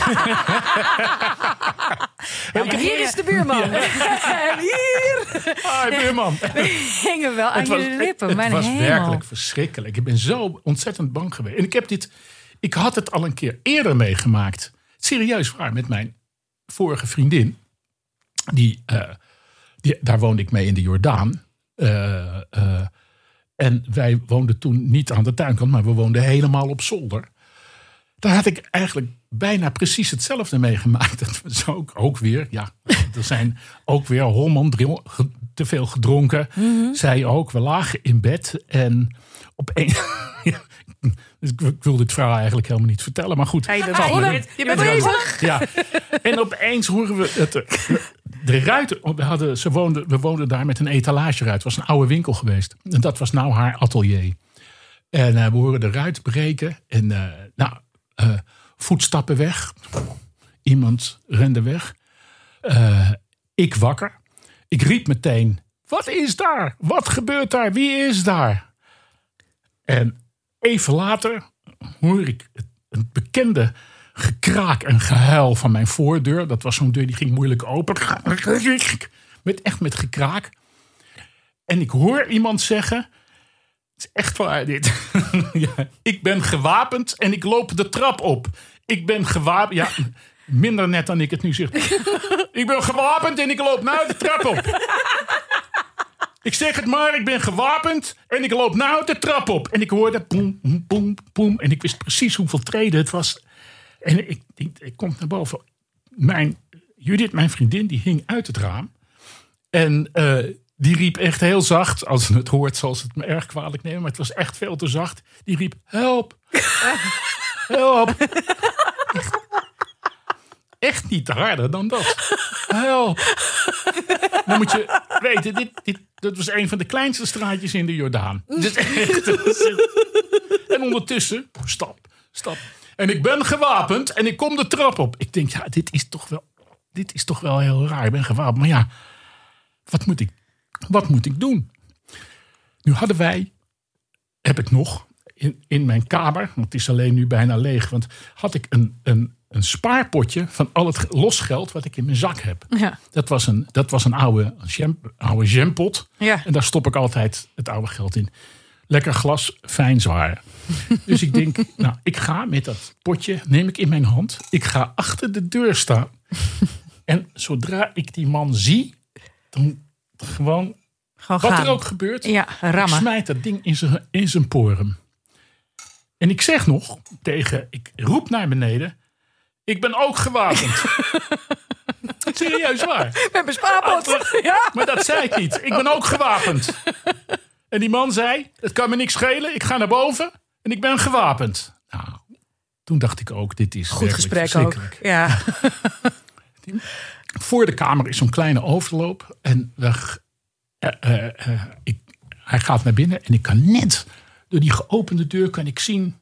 Ja, maar hier is de buurman. Ja. En hier. Hoi, buurman. We hingen wel aan je lippen. Het, mijn het was hemel. werkelijk verschrikkelijk. Ik ben zo ontzettend bang geweest. En ik heb dit... Ik had het al een keer eerder meegemaakt. Serieus waar, met mijn vorige vriendin. Die, uh, die, daar woonde ik mee in de Jordaan. Uh, uh, en wij woonden toen niet aan de tuinkant, maar we woonden helemaal op zolder. Daar had ik eigenlijk bijna precies hetzelfde meegemaakt. Dat was ook, ook weer, ja, er zijn ook weer Holman te veel gedronken. Mm-hmm. Zij ook, we lagen in bed en opeens... Ik wil dit verhaal eigenlijk helemaal niet vertellen, maar goed. Ja, je bent, ah, je bent, je bent bezig. Ja. En opeens horen we het, de ruiten. We, hadden, ze woonden, we woonden daar met een etalageruit. Het was een oude winkel geweest. En dat was nou haar atelier. En uh, we horen de ruit breken. En uh, nou, uh, voetstappen weg. Iemand rende weg. Uh, ik wakker. Ik riep meteen: wat is daar? Wat gebeurt daar? Wie is daar? En even later hoor ik een bekende gekraak en gehuil van mijn voordeur. Dat was zo'n deur die ging moeilijk open. Met, echt met gekraak. En ik hoor iemand zeggen: het is echt waar dit. Ja, ik ben gewapend en ik loop de trap op. Ik ben gewapend. Ja, minder net dan ik het nu zeg. Ik ben gewapend en ik loop nou de trap op. Ik zeg het maar, ik ben gewapend en ik loop nou de trap op. En ik hoorde poem, poem, poem. En ik wist precies hoeveel treden het was. En ik, ik, ik kom naar boven. Mijn, Judith, mijn vriendin, die hing uit het raam. En uh, die riep echt heel zacht. Als ze het hoort, zal ze het me erg kwalijk nemen. Maar het was echt veel te zacht. Die riep: help. Help. Echt, echt niet harder dan dat. Help. Dan moet je weten, dit, dit, dat was een van de kleinste straatjes in de Jordaan. Dus echt, en ondertussen, stap, stap. En ik ben gewapend en ik kom de trap op. Ik denk, ja, dit is toch wel, dit is toch wel heel raar. Ik ben gewapend, maar ja, wat moet ik, wat moet ik doen? Nu hadden wij, heb ik nog, in, in mijn kamer, want het is alleen nu bijna leeg, want had ik een, een een spaarpotje van al het losgeld wat ik in mijn zak heb. Ja. Dat was een, dat was een oude, jam, oude jampot. Ja. En daar stop ik altijd het oude geld in. Lekker glas, fijn zwaar. Dus ik denk, nou, ik ga met dat potje, neem ik in mijn hand. Ik ga achter de deur staan. En zodra ik die man zie, dan gewoon, Gewoon wat gaan. er ook gebeurt. Ja, Ik rammen. smijt dat ding in zijn, in zijn poren. En ik zeg nog tegen, ik roep naar beneden. Ik ben ook gewapend. Serieus waar. We hebben spaarpot. Ja. Maar dat zei ik niet. Ik ben ook gewapend. En die man zei, het kan me niks schelen. Ik ga naar boven en ik ben gewapend. Nou, toen dacht ik ook, dit is Goed gesprek ook. Ja. Voor de kamer is zo'n kleine overloop. En we, uh, uh, uh, ik, hij gaat naar binnen. En ik kan net door die geopende deur kan ik zien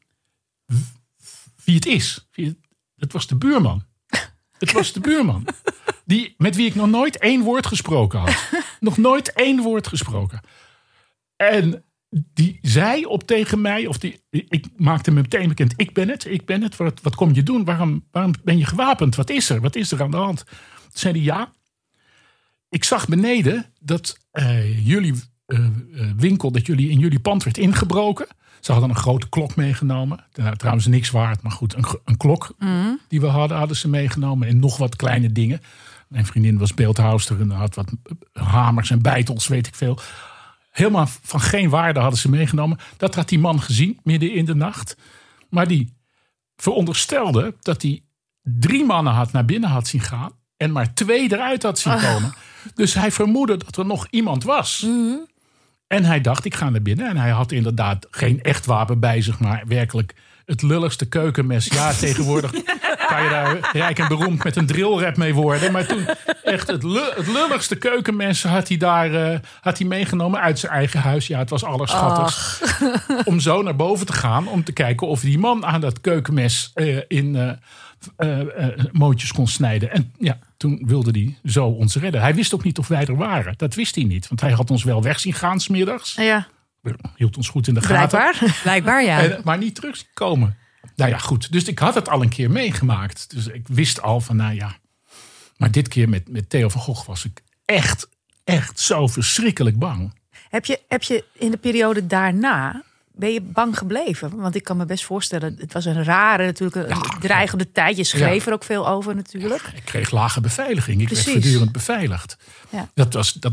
wie het is. Het was de buurman. Het was de buurman. Die, met wie ik nog nooit één woord gesproken had. Nog nooit één woord gesproken. En die zei op tegen mij, of die, ik maakte me meteen bekend. Ik ben het, ik ben het. Wat, wat kom je doen? Waarom, waarom ben je gewapend? Wat is er? Wat is er aan de hand? Toen zei hij ja. Ik zag beneden dat uh, jullie uh, winkel, dat jullie in jullie pand werd ingebroken. Ze hadden een grote klok meegenomen. Nou, trouwens niks waard, maar goed. Een, een klok mm. die we hadden, hadden ze meegenomen. En nog wat kleine dingen. Mijn vriendin was beeldhouwster en had wat hamers en beitels, weet ik veel. Helemaal van geen waarde hadden ze meegenomen. Dat had die man gezien, midden in de nacht. Maar die veronderstelde dat hij drie mannen had naar binnen had zien gaan. En maar twee eruit had zien komen. Oh. Dus hij vermoedde dat er nog iemand was. Mm-hmm. En hij dacht, ik ga naar binnen. En hij had inderdaad geen echt wapen bij zich, maar werkelijk het lulligste keukenmes. Ja, tegenwoordig kan je daar rijk en beroemd met een drillrap mee worden. Maar toen echt het, lu- het lulligste keukenmes had hij daar uh, had hij meegenomen uit zijn eigen huis. Ja, het was allerschattigst. Om zo naar boven te gaan, om te kijken of die man aan dat keukenmes uh, in uh, uh, uh, mootjes kon snijden. En ja, toen wilde hij zo ons redden. Hij wist ook niet of wij er waren. Dat wist hij niet. Want hij had ons wel weg zien gaan 's middags. Ja. Hield ons goed in de Blijkbaar. gaten. Blijkbaar, ja. En, maar niet terugkomen. Nou ja, goed. Dus ik had het al een keer meegemaakt. Dus ik wist al van, nou ja. Maar dit keer met, met Theo van Gogh was ik echt, echt zo verschrikkelijk bang. Heb je, heb je in de periode daarna, ben je bang gebleven? Want ik kan me best voorstellen, het was een rare, natuurlijk een ja, dreigende ja. tijd. Je schreef ja. er ook veel over natuurlijk. Ja, ik kreeg lage beveiliging. Ik Precies. werd voortdurend beveiligd. Ja. Dat was, dat,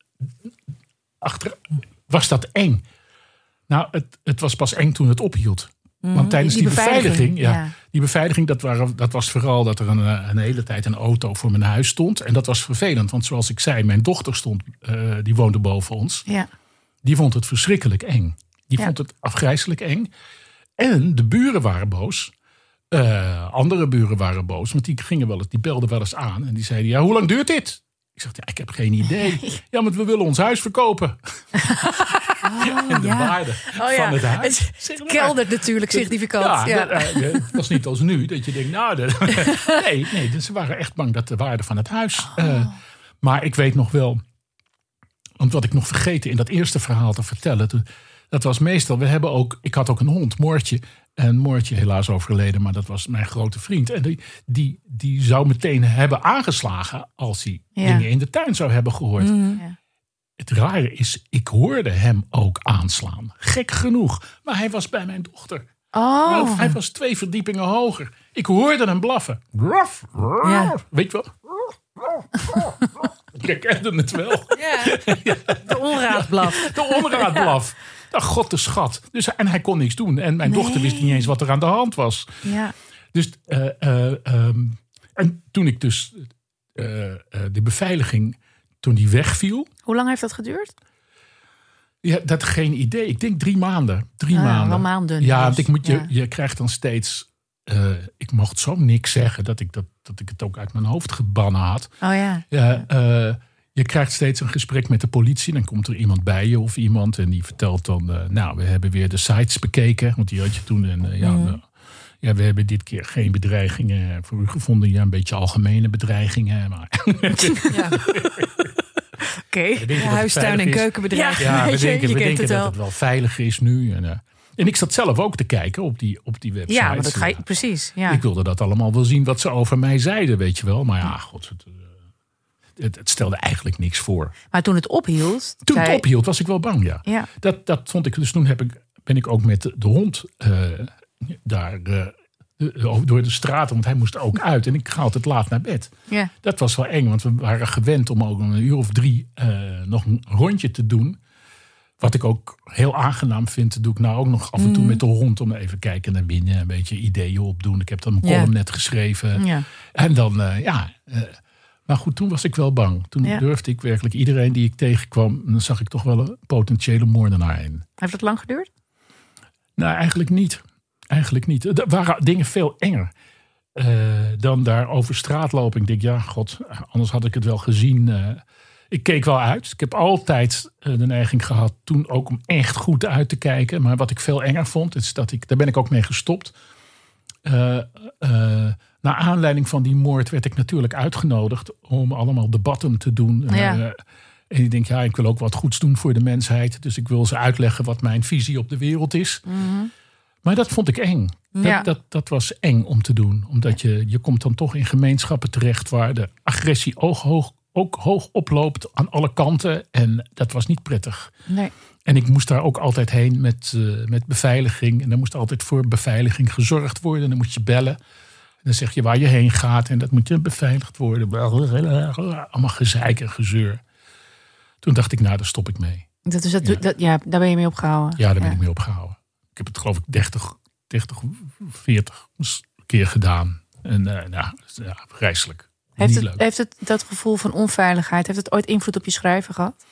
achter, was dat eng. Nou, het, het was pas eng toen het ophield. Mm-hmm. Want tijdens die, die beveiliging, beveiliging ja, ja. die beveiliging, dat, waren, dat was vooral dat er een, een hele tijd een auto voor mijn huis stond. En dat was vervelend, want zoals ik zei, mijn dochter stond, uh, die woonde boven ons. Ja. Die vond het verschrikkelijk eng. Die ja. vond het afgrijselijk eng. En de buren waren boos. Uh, andere buren waren boos, want die gingen wel eens, die belden wel eens aan en die zeiden: ja, hoe lang duurt dit? Ik zeg, ja, ik heb geen idee. Ja, want we willen ons huis verkopen. Oh, en de ja. waarde oh, ja. van het huis. Het, het keldert natuurlijk significant. Ja, ja. Dat, uh, het was niet als nu, dat je denkt, nou... De, nee, nee, ze waren echt bang dat de waarde van het huis... Oh. Uh, maar ik weet nog wel... Want wat ik nog vergeten in dat eerste verhaal te vertellen... Toen, dat was meestal... We hebben ook, ik had ook een hond, Moortje. En Moortje helaas overleden, maar dat was mijn grote vriend. En die, die, die zou meteen hebben aangeslagen... als hij ja. dingen in de tuin zou hebben gehoord. Mm, ja. Het rare is, ik hoorde hem ook aanslaan. Gek genoeg. Maar hij was bij mijn dochter. Oh. Hij was twee verdiepingen hoger. Ik hoorde hem blaffen. Ruff, ruff. Ja. Weet je wel? Ik kende het wel. Ja. De onraadblaf. De onraadblaf. Ja. Nou, god de schat. Dus, en hij kon niks doen. En mijn nee. dochter wist niet eens wat er aan de hand was. Ja. Dus, uh, uh, um, en toen ik dus uh, uh, de beveiliging... Toen die wegviel. Hoe lang heeft dat geduurd? Ja, dat geen idee. Ik denk drie maanden. Drie ah, maanden. Wel maanden. Ja, dus. want ik moet je, ja. je krijgt dan steeds. Uh, ik mocht zo niks zeggen dat ik dat, dat ik het ook uit mijn hoofd gebannen had. Oh ja. ja uh, je krijgt steeds een gesprek met de politie. Dan komt er iemand bij je of iemand en die vertelt dan. Uh, nou, we hebben weer de sites bekeken, want die had je toen. En uh, ja. Mm. Uh, Ja, we hebben dit keer geen bedreigingen voor u gevonden. Ja, een beetje algemene bedreigingen. Maar... Ja. Oké, okay. Huistuin- en keukenbedrijf. Ja, ja, we denken, we denken dat het wel veilig is nu. En, uh, En ik zat zelf ook te kijken op die, op die website. Ja, maar dat ga je, precies. Ja. Ik wilde dat allemaal wel zien wat ze over mij zeiden, weet je wel. Maar ja, god, het, het, het stelde eigenlijk niks voor. Maar toen het ophield... Toen zei... het ophield, was ik wel bang, ja. ja. Dat, dat vond ik, dus toen heb ik, ben ik ook met de, de hond uh, daar uh, door de straten, want hij moest ook uit. En ik ga altijd laat naar bed. Ja. Dat was wel eng, want we waren gewend om ook een uur of drie uh, nog een rondje te doen. Wat ik ook heel aangenaam vind, doe ik nou ook nog af en toe mm. met de hond. Om even kijken naar binnen, een beetje ideeën opdoen. Ik heb dan mijn column ja. net geschreven. Ja. En dan, uh, ja... Uh, maar goed, toen was ik wel bang. Toen ja. durfde ik werkelijk iedereen die ik tegenkwam... dan zag ik toch wel een potentiële moordenaar in. Heeft dat lang geduurd? Nou, eigenlijk niet. Eigenlijk niet. Er waren dingen veel enger. Uh, dan daar over straat lopen. Ik denk, ja, god, anders had ik het wel gezien... Uh, Ik keek wel uit. Ik heb altijd de neiging gehad toen ook om echt goed uit te kijken. Maar wat ik veel enger vond, is dat ik, daar ben ik ook mee gestopt. Uh, uh, naar aanleiding van die moord werd ik natuurlijk uitgenodigd om allemaal debatten te doen. Ja. Uh, en ik denk, ja, ik wil ook wat goeds doen voor de mensheid. Dus ik wil ze uitleggen wat mijn visie op de wereld is. Mm-hmm. Maar dat vond ik eng. Dat, ja. dat, dat was eng om te doen. Omdat je, je komt dan toch in gemeenschappen terecht waar de agressie ooghoog ook hoog oploopt aan alle kanten. En dat was niet prettig. Nee. En ik moest daar ook altijd heen met, uh, met beveiliging. En er moest altijd voor beveiliging gezorgd worden. En dan moet je bellen. En dan zeg je waar je heen gaat. En dat moet je beveiligd worden. Allemaal gezeik en gezeur. Toen dacht ik, nou, daar stop ik mee. Dat is dat, ja. Dat, ja, daar ben je mee opgehouden. Ja, daar ben ja. ik mee opgehouden. Ik heb het geloof ik dertig, dertig, veertig keer gedaan. En uh, nou, ja, vreselijk. Heeft het, heeft het dat gevoel van onveiligheid, heeft het ooit invloed op je schrijven gehad?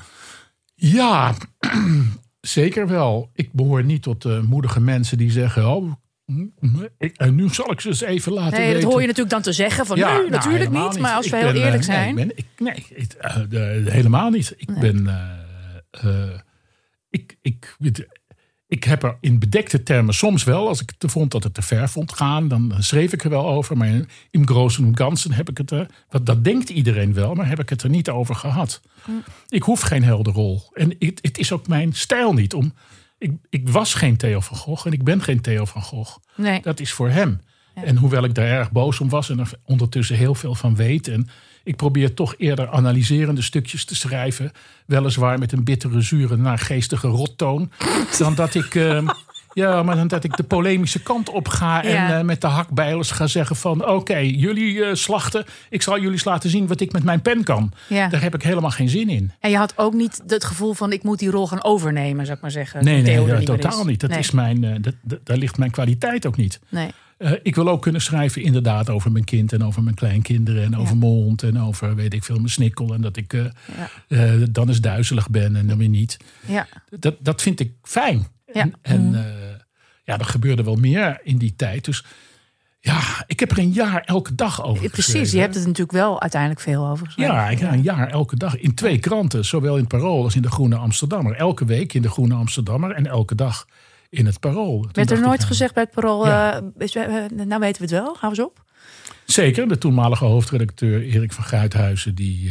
Ja, zeker wel. Ik behoor niet tot de moedige mensen die zeggen... oh, ik, nu zal ik ze eens even laten nee, weten. Dat hoor je natuurlijk dan te zeggen van ja, nee, natuurlijk nou, niet, niet. Maar als ik we ben, heel eerlijk zijn... Nee, ben, ik, nee ik, uh, uh, helemaal niet. Ik nee. ben... Uh, uh, ik, ik, ik heb er in bedekte termen soms wel... als ik te vond dat het te ver vond gaan... dan schreef ik er wel over. Maar in, in Großen und Ganzen heb ik het er... Wat, dat denkt iedereen wel, maar heb ik het er niet over gehad. Mm. Ik hoef geen helderrol. En het, het is ook mijn stijl niet om... Ik, ik was geen Theo van Gogh en ik ben geen Theo van Gogh. Nee. Dat is voor hem. Ja. En hoewel ik daar erg boos om was en er ondertussen heel veel van weet... en ik probeer toch eerder analyserende stukjes te schrijven... weliswaar met een bittere, zure, naargeestige rottoon... dan dat ik... Uh, Ja, maar dan dat ik de polemische kant op ga en ja. uh, met de hakbijlers ga zeggen van... oké, okay, jullie uh, slachten, ik zal jullie eens laten zien wat ik met mijn pen kan. Ja. Daar heb ik helemaal geen zin in. En je had ook niet het gevoel van ik moet die rol gaan overnemen, zou ik maar zeggen. Nee, nee, nee totaal niet. Dat nee. is mijn, uh, dat, dat, daar ligt mijn kwaliteit ook niet. Nee. Uh, ik wil ook kunnen schrijven inderdaad over mijn kind en over mijn kleinkinderen... en over ja. mijn hond en over, weet ik veel, mijn snikkel. En dat ik uh, ja. uh, dan eens duizelig ben en dan weer niet. Ja. Dat, dat vind ik fijn. Ja. En, en uh, ja, er gebeurde wel meer in die tijd. Dus ja, ik heb er een jaar elke dag over Precies, geschreven. Precies, je hebt het natuurlijk wel uiteindelijk veel over geschreven. Ja, ik heb een jaar elke dag in twee kranten. Zowel in het Parool als in de Groene Amsterdammer. Elke week in de Groene Amsterdammer en elke dag in het Parool. Toen werd er nooit ik, gezegd bij het Parool, ja. uh, is, uh, nou weten we het wel, gaan we eens op? Zeker, de toenmalige hoofdredacteur Erik van Guithuizen... die, uh,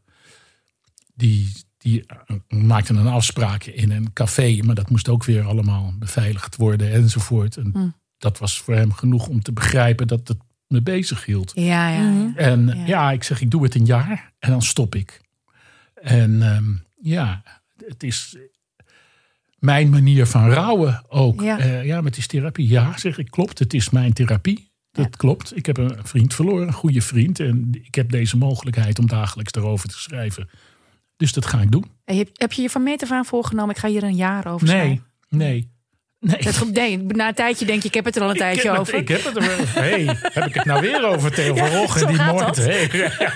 die, die maakte een afspraak in een café... maar dat moest ook weer allemaal beveiligd worden enzovoort. En hm. dat was voor hem genoeg om te begrijpen dat het me bezig hield. Ja, ja, ja. En ja. ja, ik zeg, ik doe het een jaar en dan stop ik. En um, ja, het is... mijn manier van rouwen ook. Ja, uh, ja met die therapie. Ja, zeg ik, klopt. Het is mijn therapie. Dat ja. klopt. Ik heb een vriend verloren, een goede vriend. En ik heb deze mogelijkheid om dagelijks daarover te schrijven. Dus dat ga ik doen. En heb, heb je je van meet af aan voorgenomen? Ik ga hier een jaar over nee, schrijven. Nee, nee. Dat, nee. Na een tijdje denk je, ik heb het er al een ik tijdje het, over. Ik heb het er wel. Hey, heb ik het nou weer over Theo van Gogh en die moord? Hey.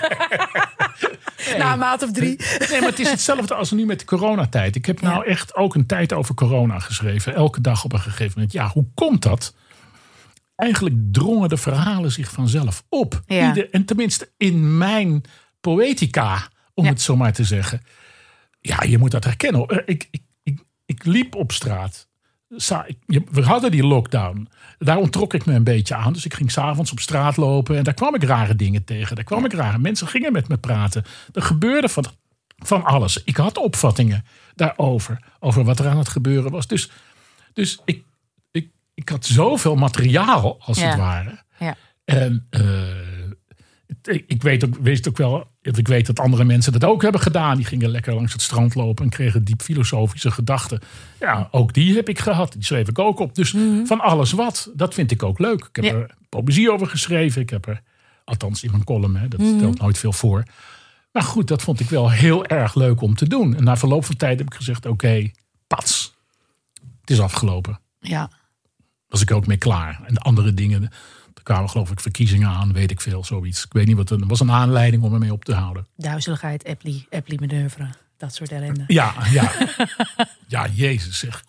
Nee. Na een maand of drie. Nee, maar het is hetzelfde als nu met de coronatijd. Ik heb nou ja. echt ook een tijd over corona geschreven. Elke dag op een gegeven moment. Ja, hoe komt dat? Eigenlijk drongen de verhalen zich vanzelf op. Ja. Ieder, en tenminste in mijn poëtica, om ja. het zo maar te zeggen. Ja, je moet dat herkennen. Ik, ik, ik, ik liep op straat. We hadden die lockdown. Daar onttrok ik me een beetje aan. Dus ik ging 's avonds op straat lopen. En daar kwam ik rare dingen tegen. Daar kwam ik rare mensen gingen met me praten. Er gebeurde van, van alles. Ik had opvattingen daarover. Over wat er aan het gebeuren was. Dus Dus ik, ik, ik had zoveel materiaal, als Ja. het ware. Ja. En uh, ik, ik weet ook, weet ook wel, ik weet dat andere mensen dat ook hebben gedaan. Die gingen lekker langs het strand lopen en kregen diep filosofische gedachten. Ja, ook die heb ik gehad. Die schreef ik ook op. Dus mm-hmm. van alles wat, dat vind ik ook leuk. Ik heb ja. er poëzie over geschreven. Ik heb er, althans in mijn column, hè, dat mm-hmm. stelt nooit veel voor. Maar goed, dat vond ik wel heel erg leuk om te doen. En na verloop van tijd heb ik gezegd, oké, okay, pats. Het is afgelopen. Ja. Was ik ook mee klaar. En de andere dingen, er kwamen geloof ik verkiezingen aan, weet ik veel, zoiets. Ik weet niet wat, er was een aanleiding om ermee op te houden. Duizeligheid, Apply, Apply manoeuvre, dat soort ellende. Ja, ja. Ja, Jezus zeg.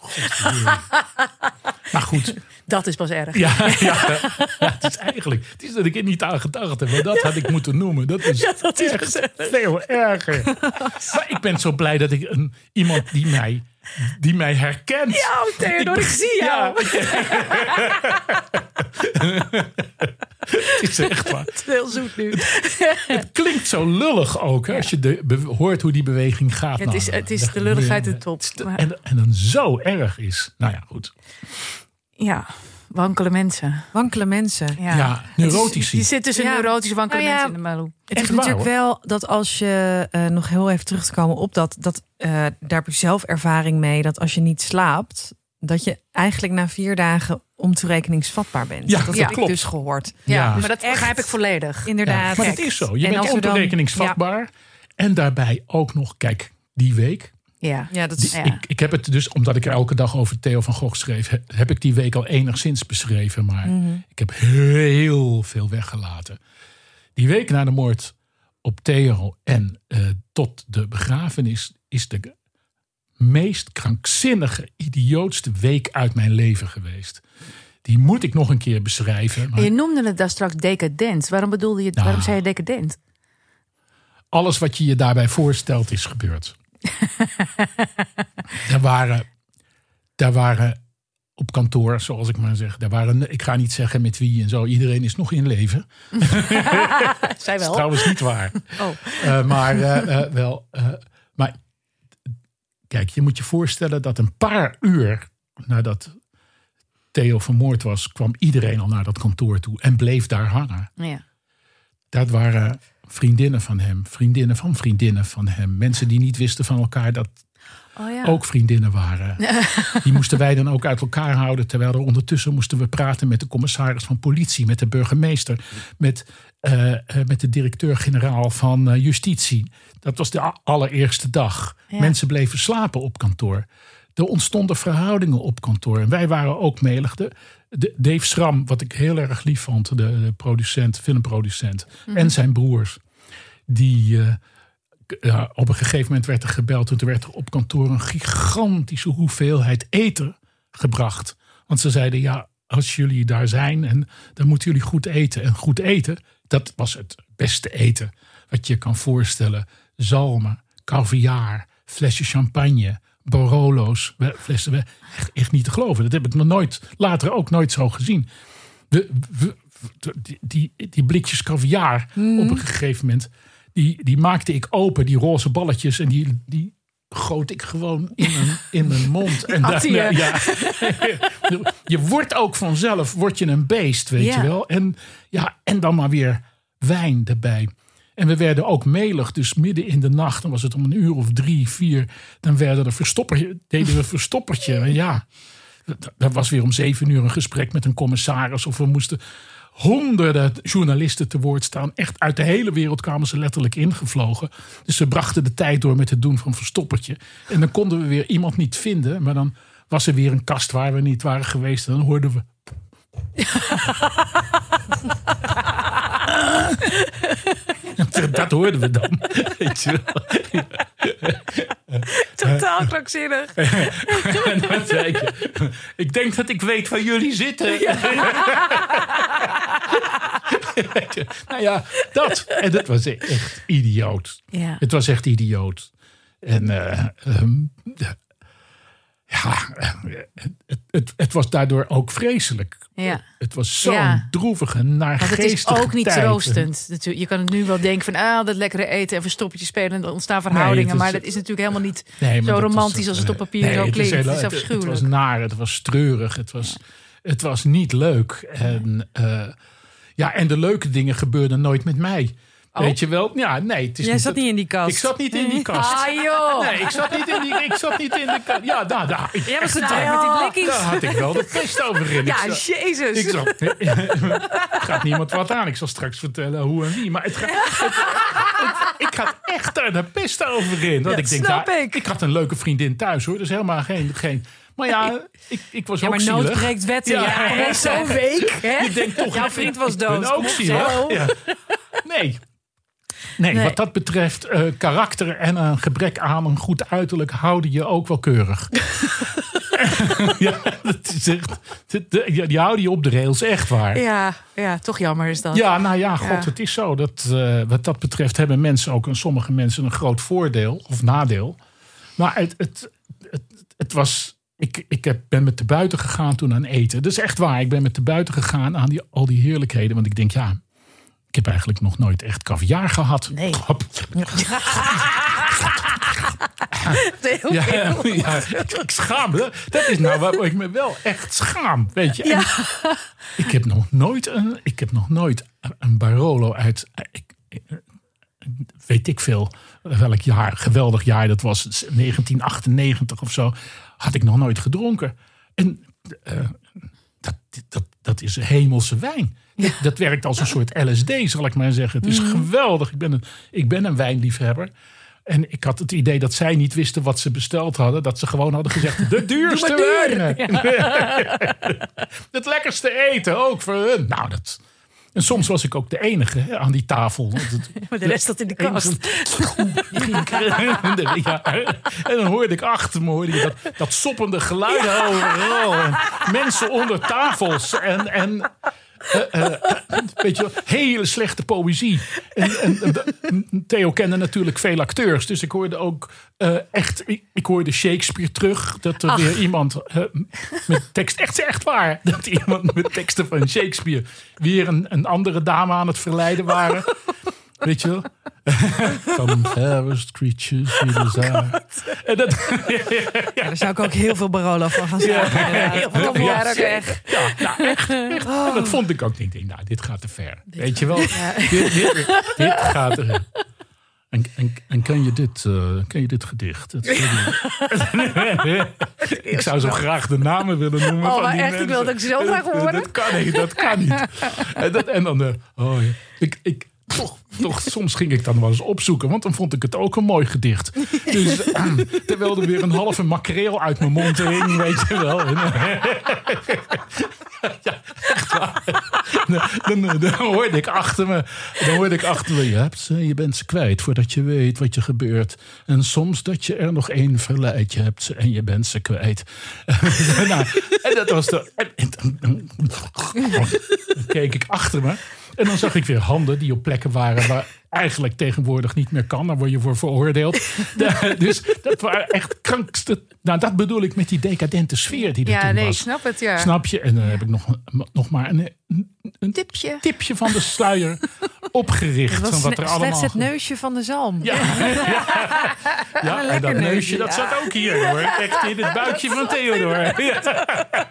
Maar goed. Dat is pas erg. Ja, ja, ja, het is eigenlijk, het is dat ik er niet aan gedacht heb, maar dat had ik moeten noemen. Dat is, ja, dat is echt veel erger. Maar ik ben zo blij dat ik een, iemand die mij... Die mij herkent. Ja, Theodor, ik, ik zie jou. Ja. Het is echt waar. Het is heel zoet nu. Het klinkt zo lullig ook. Hè, ja. Als je de, be, hoort hoe die beweging gaat. Het is, nou, het is de lulligheid de top. Maar... En, en dan zo erg is. Nou ja, goed. Ja, wankele mensen. Wankele mensen. Ja, ja neurotici. Je zit tussen ja. neurotische wankele nou ja, mensen in de Malou. Het is natuurlijk waar, wel dat als je uh, nog heel even terug te komen op dat, dat uh, daar heb je zelf ervaring mee, dat als je niet slaapt, dat je eigenlijk na vier dagen ontoerekeningsvatbaar bent. Ja, dat dat heb klopt. ik dus gehoord. Ja, ja. Dus maar dat begrijp ik volledig. Inderdaad. Ja, maar het is zo. Je en bent ontoerekeningsvatbaar. Ja. En daarbij ook nog, kijk, die week. Ja, ja, dat is, die, ja. Ik, ik heb het dus, omdat ik er elke dag over Theo van Gogh schreef, heb ik die week al enigszins beschreven. Maar mm-hmm. ik heb heel veel weggelaten. Die week na de moord op Theo en uh, tot de begrafenis is de meest krankzinnige, idiootste week uit mijn leven geweest. Die moet ik nog een keer beschrijven. Maar... Je noemde het daar straks decadent. Waarom bedoelde je het? Nou, waarom zei je decadent? Alles wat je je daarbij voorstelt is gebeurd. er waren, daar waren op kantoor, zoals ik maar zeg, daar waren, ik ga niet zeggen met wie en zo. Iedereen is nog in leven. Zij wel. Dat is trouwens niet waar. Oh. Uh, maar uh, uh, wel. Uh, maar kijk, je moet je voorstellen dat een paar uur nadat Theo vermoord was, kwam iedereen al naar dat kantoor toe en bleef daar hangen. Ja. Dat waren vriendinnen van hem, vriendinnen van vriendinnen van hem. Mensen die niet wisten van elkaar dat oh ja. ook vriendinnen waren. Die moesten wij dan ook uit elkaar houden. Terwijl er ondertussen moesten we praten met de commissaris van politie, met de burgemeester, met, uh, uh, met de directeur-generaal van uh, justitie. Dat was de allereerste dag. Ja. Mensen bleven slapen op kantoor. Er ontstonden verhoudingen op kantoor. En wij waren ook melig. De, de Dave Schram, wat ik heel erg lief vond, de, de producent, filmproducent, mm-hmm. en zijn broers. Die uh, uh, op een gegeven moment werd er gebeld. En toen werd er op kantoor een gigantische hoeveelheid eten gebracht. Want ze zeiden, ja, als jullie daar zijn, en dan moeten jullie goed eten. En goed eten, dat was het beste eten wat je kan voorstellen. Zalmen, caviar, flesje champagne, Barolo's, flessen, echt, echt niet te geloven. Dat heb ik nog nooit, later ook nooit zo gezien. We, we, die, die, die blikjes caviar mm. op een gegeven moment, die, die maakte ik open, die roze balletjes, en die, die goot ik gewoon in mijn, in mijn mond. En daarna, ja, je wordt ook vanzelf, word je een beest, weet ja. je wel. En, ja, en dan maar weer wijn erbij. En we werden ook melig, dus midden in de nacht, dan was het om een uur of drie, vier, dan werden er verstoppertje, deden we een verstoppertje. En ja, dat was weer om zeven uur een gesprek met een commissaris, of we moesten honderden journalisten te woord staan. Echt uit de hele wereld kwamen ze letterlijk ingevlogen. Dus ze brachten de tijd door met het doen van verstoppertje. En dan konden we weer iemand niet vinden, maar dan was er weer een kast waar we niet waren geweest. En dan hoorden we... Dat hoorden we dan. Weet je wel. Totaal krankzinnig. En dan zei ik, ik denk dat ik weet waar jullie zitten. Ja. Nou ja, dat. En dat was echt idioot. Ja. Het was echt idioot. En uh, um, ja, het, het, het was daardoor ook vreselijk. Ja. Het was zo'n Ja. droevige, naargeestige Want het is ook niet tijd. troostend. Natuurlijk. Je kan het nu wel denken van ah, dat lekkere eten en verstoppertje spelen en er ontstaan verhoudingen. Nee, het is- maar dat is natuurlijk helemaal niet Nee, maar zo dat romantisch was- als het op papier nee, zo het is klinkt. Het heel- is het, het afschuwelijk. was naar, het was treurig, het was, het was niet leuk. En, uh, ja, en de leuke dingen gebeurden nooit met mij. Oh. Weet je wel? Ja, nee. Het is Jij niet zat dat- niet in die kast. Ik zat niet in die kast. Ah joh! Nee, ik zat niet in die, ik zat niet in de kast. Ja, nou, nou, ik, Jij was de Nou, druk met die ja. blikkies. daar had ik wel de pest over in. Ja, ik zat, jezus. ik zat, gaat niemand wat aan. Ik zal straks vertellen hoe en wie. Maar het, gaat- het, het, ik had echt daar de pest over in. Dat Ja, ik denk, snap ja, ik. ik had een leuke vriendin thuis hoor. Dus helemaal geen... geen maar ja, ik, ik was Ja, ook maar zielig. nood breekt wetten. Ja, Ja, ja, ja, zo'n week. Hè? Je denkt toch, Jouw vriend was ik dood. ben ook Kom op, zielig. zo. Ja. Nee. Nee, Nee. wat dat betreft, uh, karakter en een gebrek aan een goed uiterlijk houden je ook wel keurig. Ja, dat is echt, de- de- die houden je op de rails, echt waar. Ja, ja, toch jammer is dat. Ja, nou ja, god, Ja. het is zo. Dat, uh, wat dat betreft hebben mensen ook, en sommige mensen, een groot voordeel of nadeel. Maar het, het, het, het was... Ik, ik heb, ben met de buiten gegaan toen aan eten. Dat is echt waar. Ik ben met de buiten gegaan aan die, al die heerlijkheden. Want ik denk, ja, ik heb eigenlijk nog nooit echt caviar gehad. Nee. Hop. Heel Ja, veel. ja, ik schaam me. Dat is nou waar ik me wel echt schaam. Weet je. En ik heb nog nooit een, ik heb nog nooit een Barolo uit... Ik, weet ik veel welk jaar, geweldig jaar dat was, negentien achtennegentig of zo, had ik nog nooit gedronken. En uh, dat, dat, dat is hemelse wijn. Ja. Dat, dat werkt als een soort L S D, zal ik maar zeggen. Het is mm. geweldig. Ik ben, een, ik ben een wijnliefhebber. En ik had het idee dat zij niet wisten wat ze besteld hadden. Dat ze gewoon hadden gezegd, de duurste wijnen. Ja. Het lekkerste eten, ook voor hun. Nou, dat... En soms was ik ook de enige hè, aan die tafel. Maar de rest zat in de kast. Ja, en dan hoorde ik achter me hoorde je dat, dat soppende geluid ja. overal. En mensen onder tafels. En, en uh, uh, weet je, hele slechte poëzie. En, en, en, Theo kende natuurlijk veel acteurs. Dus ik hoorde ook uh, echt... Ik, ik hoorde Shakespeare terug. Dat er Ach. weer iemand uh, met tekst... Echt, echt waar. Dat iemand met teksten van Shakespeare... weer een, een andere dame aan het verleiden waren. Weet je wel? From fairest creatures we desire. En dat, ja, daar zou ik ook heel veel Barolo van gaan zeggen. Ja, ja, heel veel ja, ook echt. Ja, nou, echt, echt. Oh. En dat vond ik ook niet. Ik denk, nou, dit gaat te ver. Dit Weet je wel? Ja. Dit, dit, dit gaat te ver. En, en, en ken je dit, uh, ken je dit gedicht? Het, ik zou zo graag de namen willen noemen. Oh, van maar die echt, mensen. ik wil dat ik zo graag horen. Dat kan niet, dat kan niet. En, dat, en dan, uh, oh ja. Ik, ik, toch, toch, soms ging ik dan wel eens opzoeken, want dan vond ik het ook een mooi gedicht. Dus uh, terwijl er weer een halve makreel uit mijn mond hing, weet je wel. Ja, echt waar. Dan, dan, dan hoorde ik achter me, dan hoorde ik achter me, je, hebt ze, je bent ze kwijt voordat je weet wat je gebeurt. En soms dat je er nog één verleidt, je hebt ze en je bent ze kwijt. Nou, en dat was de. En, en, dan, dan keek ik achter me. En dan zag ik weer handen die op plekken waren waar eigenlijk tegenwoordig niet meer kan. Daar word je voor veroordeeld. De, dus dat waren echt krankste. Nou, dat bedoel ik met die decadente sfeer die er ja, toen nee, was. snap het, ja. Snap je? En dan heb ik nog, nog maar een, een tipje. tipje van de sluier opgericht. Dat was van wat er slechts allemaal... het neusje van de zalm. Ja, ja, ja. ja en dat neusje, neusje, dat ja. zat ook hier, hoor. Echt in het buikje van Theodor. Ja.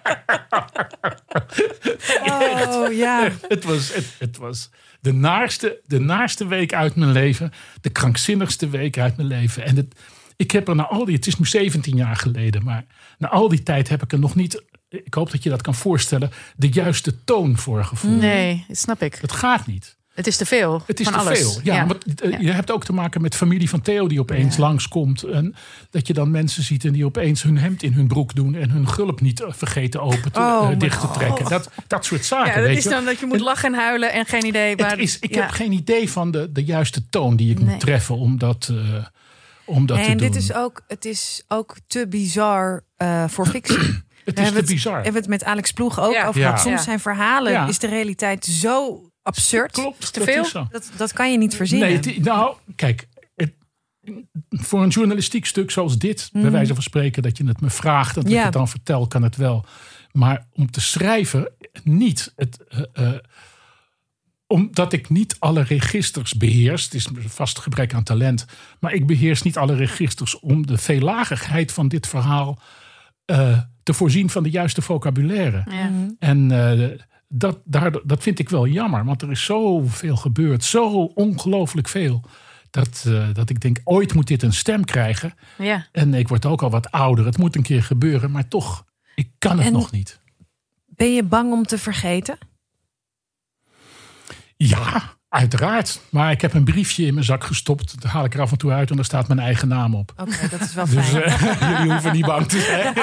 Oh, ja. Het was, het, het was de naarste, de naarste week uit mijn leven. De krankzinnigste week uit mijn leven. En het, ik heb er na al die... Het is nu zeventien jaar geleden. Maar na al die tijd heb ik er nog niet... Ik hoop dat je dat kan voorstellen. De juiste toon voor gevoeld. Nee, dat snap ik. Het gaat niet. Het is te veel. Het is van te alles. veel. Ja, ja. Want, uh, je hebt ook te maken met familie van Theo die opeens ja. langskomt. En dat je dan mensen ziet en die opeens hun hemd in hun broek doen. En hun gulp niet vergeten open te, oh, uh, dicht te trekken. Dat, dat soort zaken. Ja, dat weet is je. dan dat je moet lachen en huilen en geen idee. Waar, Het is, ik ja. heb geen idee van de, de juiste toon die ik nee. moet treffen om dat, uh, om dat en te doen. Dit is ook, het is ook te bizar uh, voor fictie. Het is te het, bizar. We hebben het met Alex Ploeg ook Ja. over Ja. gehad. Soms Ja. zijn verhalen, Ja. is de realiteit zo absurd. Klopt, te dat veel? is zo. Dat, dat kan je niet verzinnen. Nee, het, nou, kijk, het, voor een journalistiek stuk zoals dit, Mm. bij wijze van spreken, dat je het me vraagt, dat Ja. ik het dan vertel, kan het wel. Maar om te schrijven, niet. Het, uh, uh, omdat ik niet alle registers beheers. Het is een vast gebrek aan talent. Maar ik beheers niet alle registers om de veellagigheid van dit verhaal uh, te voorzien van de juiste vocabulaire. Ja. En uh, dat, daar, dat vind ik wel jammer. Want er is zoveel gebeurd. Zo ongelooflijk veel. Dat, uh, dat ik denk, ooit moet dit een stem krijgen. Ja. En ik word ook al wat ouder. Het moet een keer gebeuren. Maar toch, ik kan het En nog niet. Ben je bang om te vergeten? Ja, uiteraard. Maar ik heb een briefje in mijn zak gestopt. Dat haal ik er af en toe uit en daar staat mijn eigen naam op. Oké, okay, dat is wel Dus fijn. uh, jullie hoeven niet bang te zijn.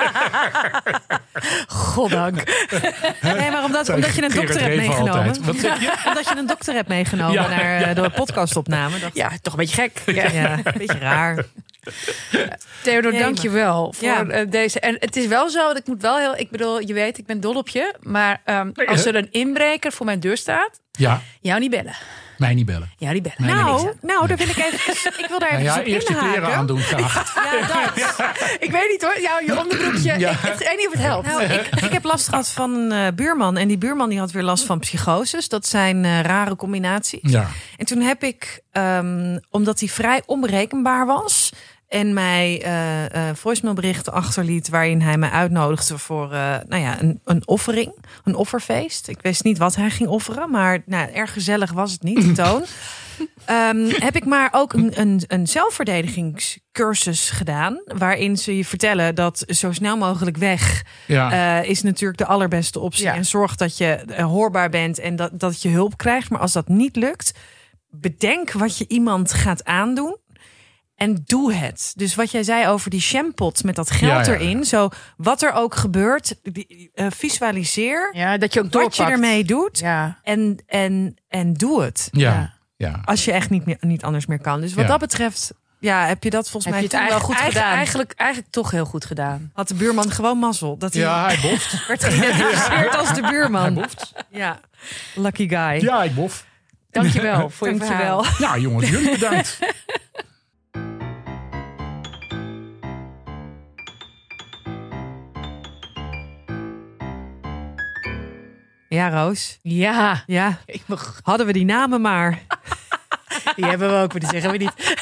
Goddank. Nee, maar omdat, omdat je een dokter hebt meegenomen. Wat zeg je? Omdat je een dokter hebt meegenomen Ja, naar ja. de podcastopname. Dat, Ja, toch een beetje gek. Ja. ja, een beetje raar. Theodor, Nee, dank je wel voor Ja. uh, deze. En het is wel zo dat ik moet wel heel... Ik bedoel, je weet, ik ben dol op je. Maar um, Nee, als hè? er een inbreker voor mijn deur staat, Ja, jou niet bellen. mij niet bellen. Jou niet bellen. Nee, Nou, Nou, nou, daar wil ik even. Ik wil daar Nou even ja, op eerst je kleren inhaken. aandoen graag. Ja, dat. ik weet niet hoor. Jou, je onderbroekje. Ja. Ik, het is niet of het helpt. Nou, ik, ik heb last gehad van een uh, buurman. En die buurman die had weer last van psychoses. Dat zijn uh, rare combinaties. Ja. En toen heb ik, um, omdat hij vrij onberekenbaar was... en mij uh, uh, voicemailberichten achterliet... waarin hij mij uitnodigde voor uh, nou ja, een, een offering. Een offerfeest. Ik wist niet wat hij ging offeren. Maar nou, erg gezellig was het niet, de toon. Um, heb ik maar ook een, een, een zelfverdedigingscursus gedaan... waarin ze je vertellen dat zo snel mogelijk weg... Ja. Uh, is natuurlijk de allerbeste optie. Ja. En zorg dat je uh, hoorbaar bent en dat, dat je hulp krijgt. Maar als dat niet lukt, bedenk wat je iemand gaat aandoen. En doe het. Dus wat jij zei over die shampot met dat geld Ja, ja, ja. erin. Zo, wat er ook gebeurt, die, uh, visualiseer Ja, dat je ook wat doorpakt. je ermee doet. Ja. En, en, en doe het. Ja. Ja. Ja. Als je echt niet, meer, niet anders meer kan. Dus wat Ja. dat betreft, ja, heb je dat volgens Heb je mij het toen wel eigenlijk, goed gedaan. Eigenlijk, eigenlijk toch heel goed gedaan. Had de buurman gewoon mazzel. Dat hij Ja, hij boft. werd geïdentificeerd als de Hij buurman. boft. Ja, lucky guy. Ja, ik bof. Dankjewel voor je Dankjewel. verhaal. Ja, jongens, jullie bedankt. Ja, Roos. Ja. Ja, Ik mag, hadden we die namen maar. die hebben we ook, maar die zeggen we niet.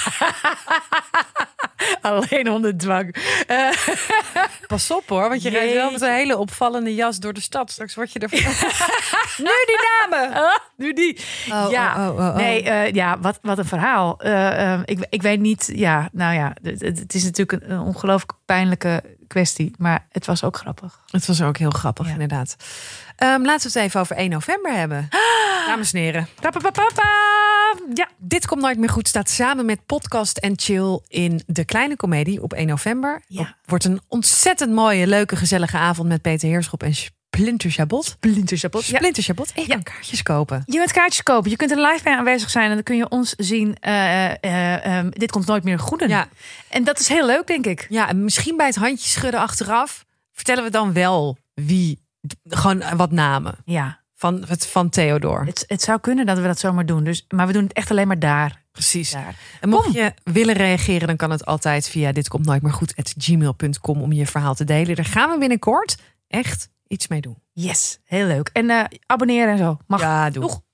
Alleen onder dwang. Uh, Pas op hoor, want je rijdt wel met een hele opvallende jas door de stad. Straks word je er... nu die namen. nu die. Oh, ja, oh, oh, oh. nee, uh, ja, wat, wat een verhaal. Uh, uh, ik, ik weet niet, ja, nou ja, het, het is natuurlijk een, een ongelooflijk pijnlijke kwestie, maar het was ook grappig. Het was ook heel grappig, Ja. inderdaad. Um, laten we het even over één november hebben. Dames en heren. Papapapapa. Ja, Dit komt nooit meer goed. Staat samen met Podcast en Chill in De Kleine Comedie op één november. Ja. Het wordt een ontzettend mooie, leuke, gezellige avond met Peter Heerschop en Splinter Chabot. Splinter Chabot. Ja. Splinter Chabot. Ik Ja. kan kaartjes kopen. Je kunt kaartjes kopen. Je kunt er live bij aanwezig zijn en dan kun je ons zien. Uh, uh, um, dit komt nooit meer goed. Ja. En dat is heel leuk, denk ik. Ja, en misschien bij het handje schudden achteraf vertellen we dan wel wie, gewoon wat namen Ja, van, het, van Theodor. het, het zou kunnen dat we dat zomaar doen. Dus, maar we doen het echt alleen maar daar. Precies. daar. En mocht Kom. je willen reageren, dan kan het altijd via dit komt nooit meer goed at gmail punt com om je verhaal te delen. Daar gaan we binnenkort echt iets mee doen. Yes, heel leuk. En uh, abonneren en zo. Mag. Ja, doe. Doeg.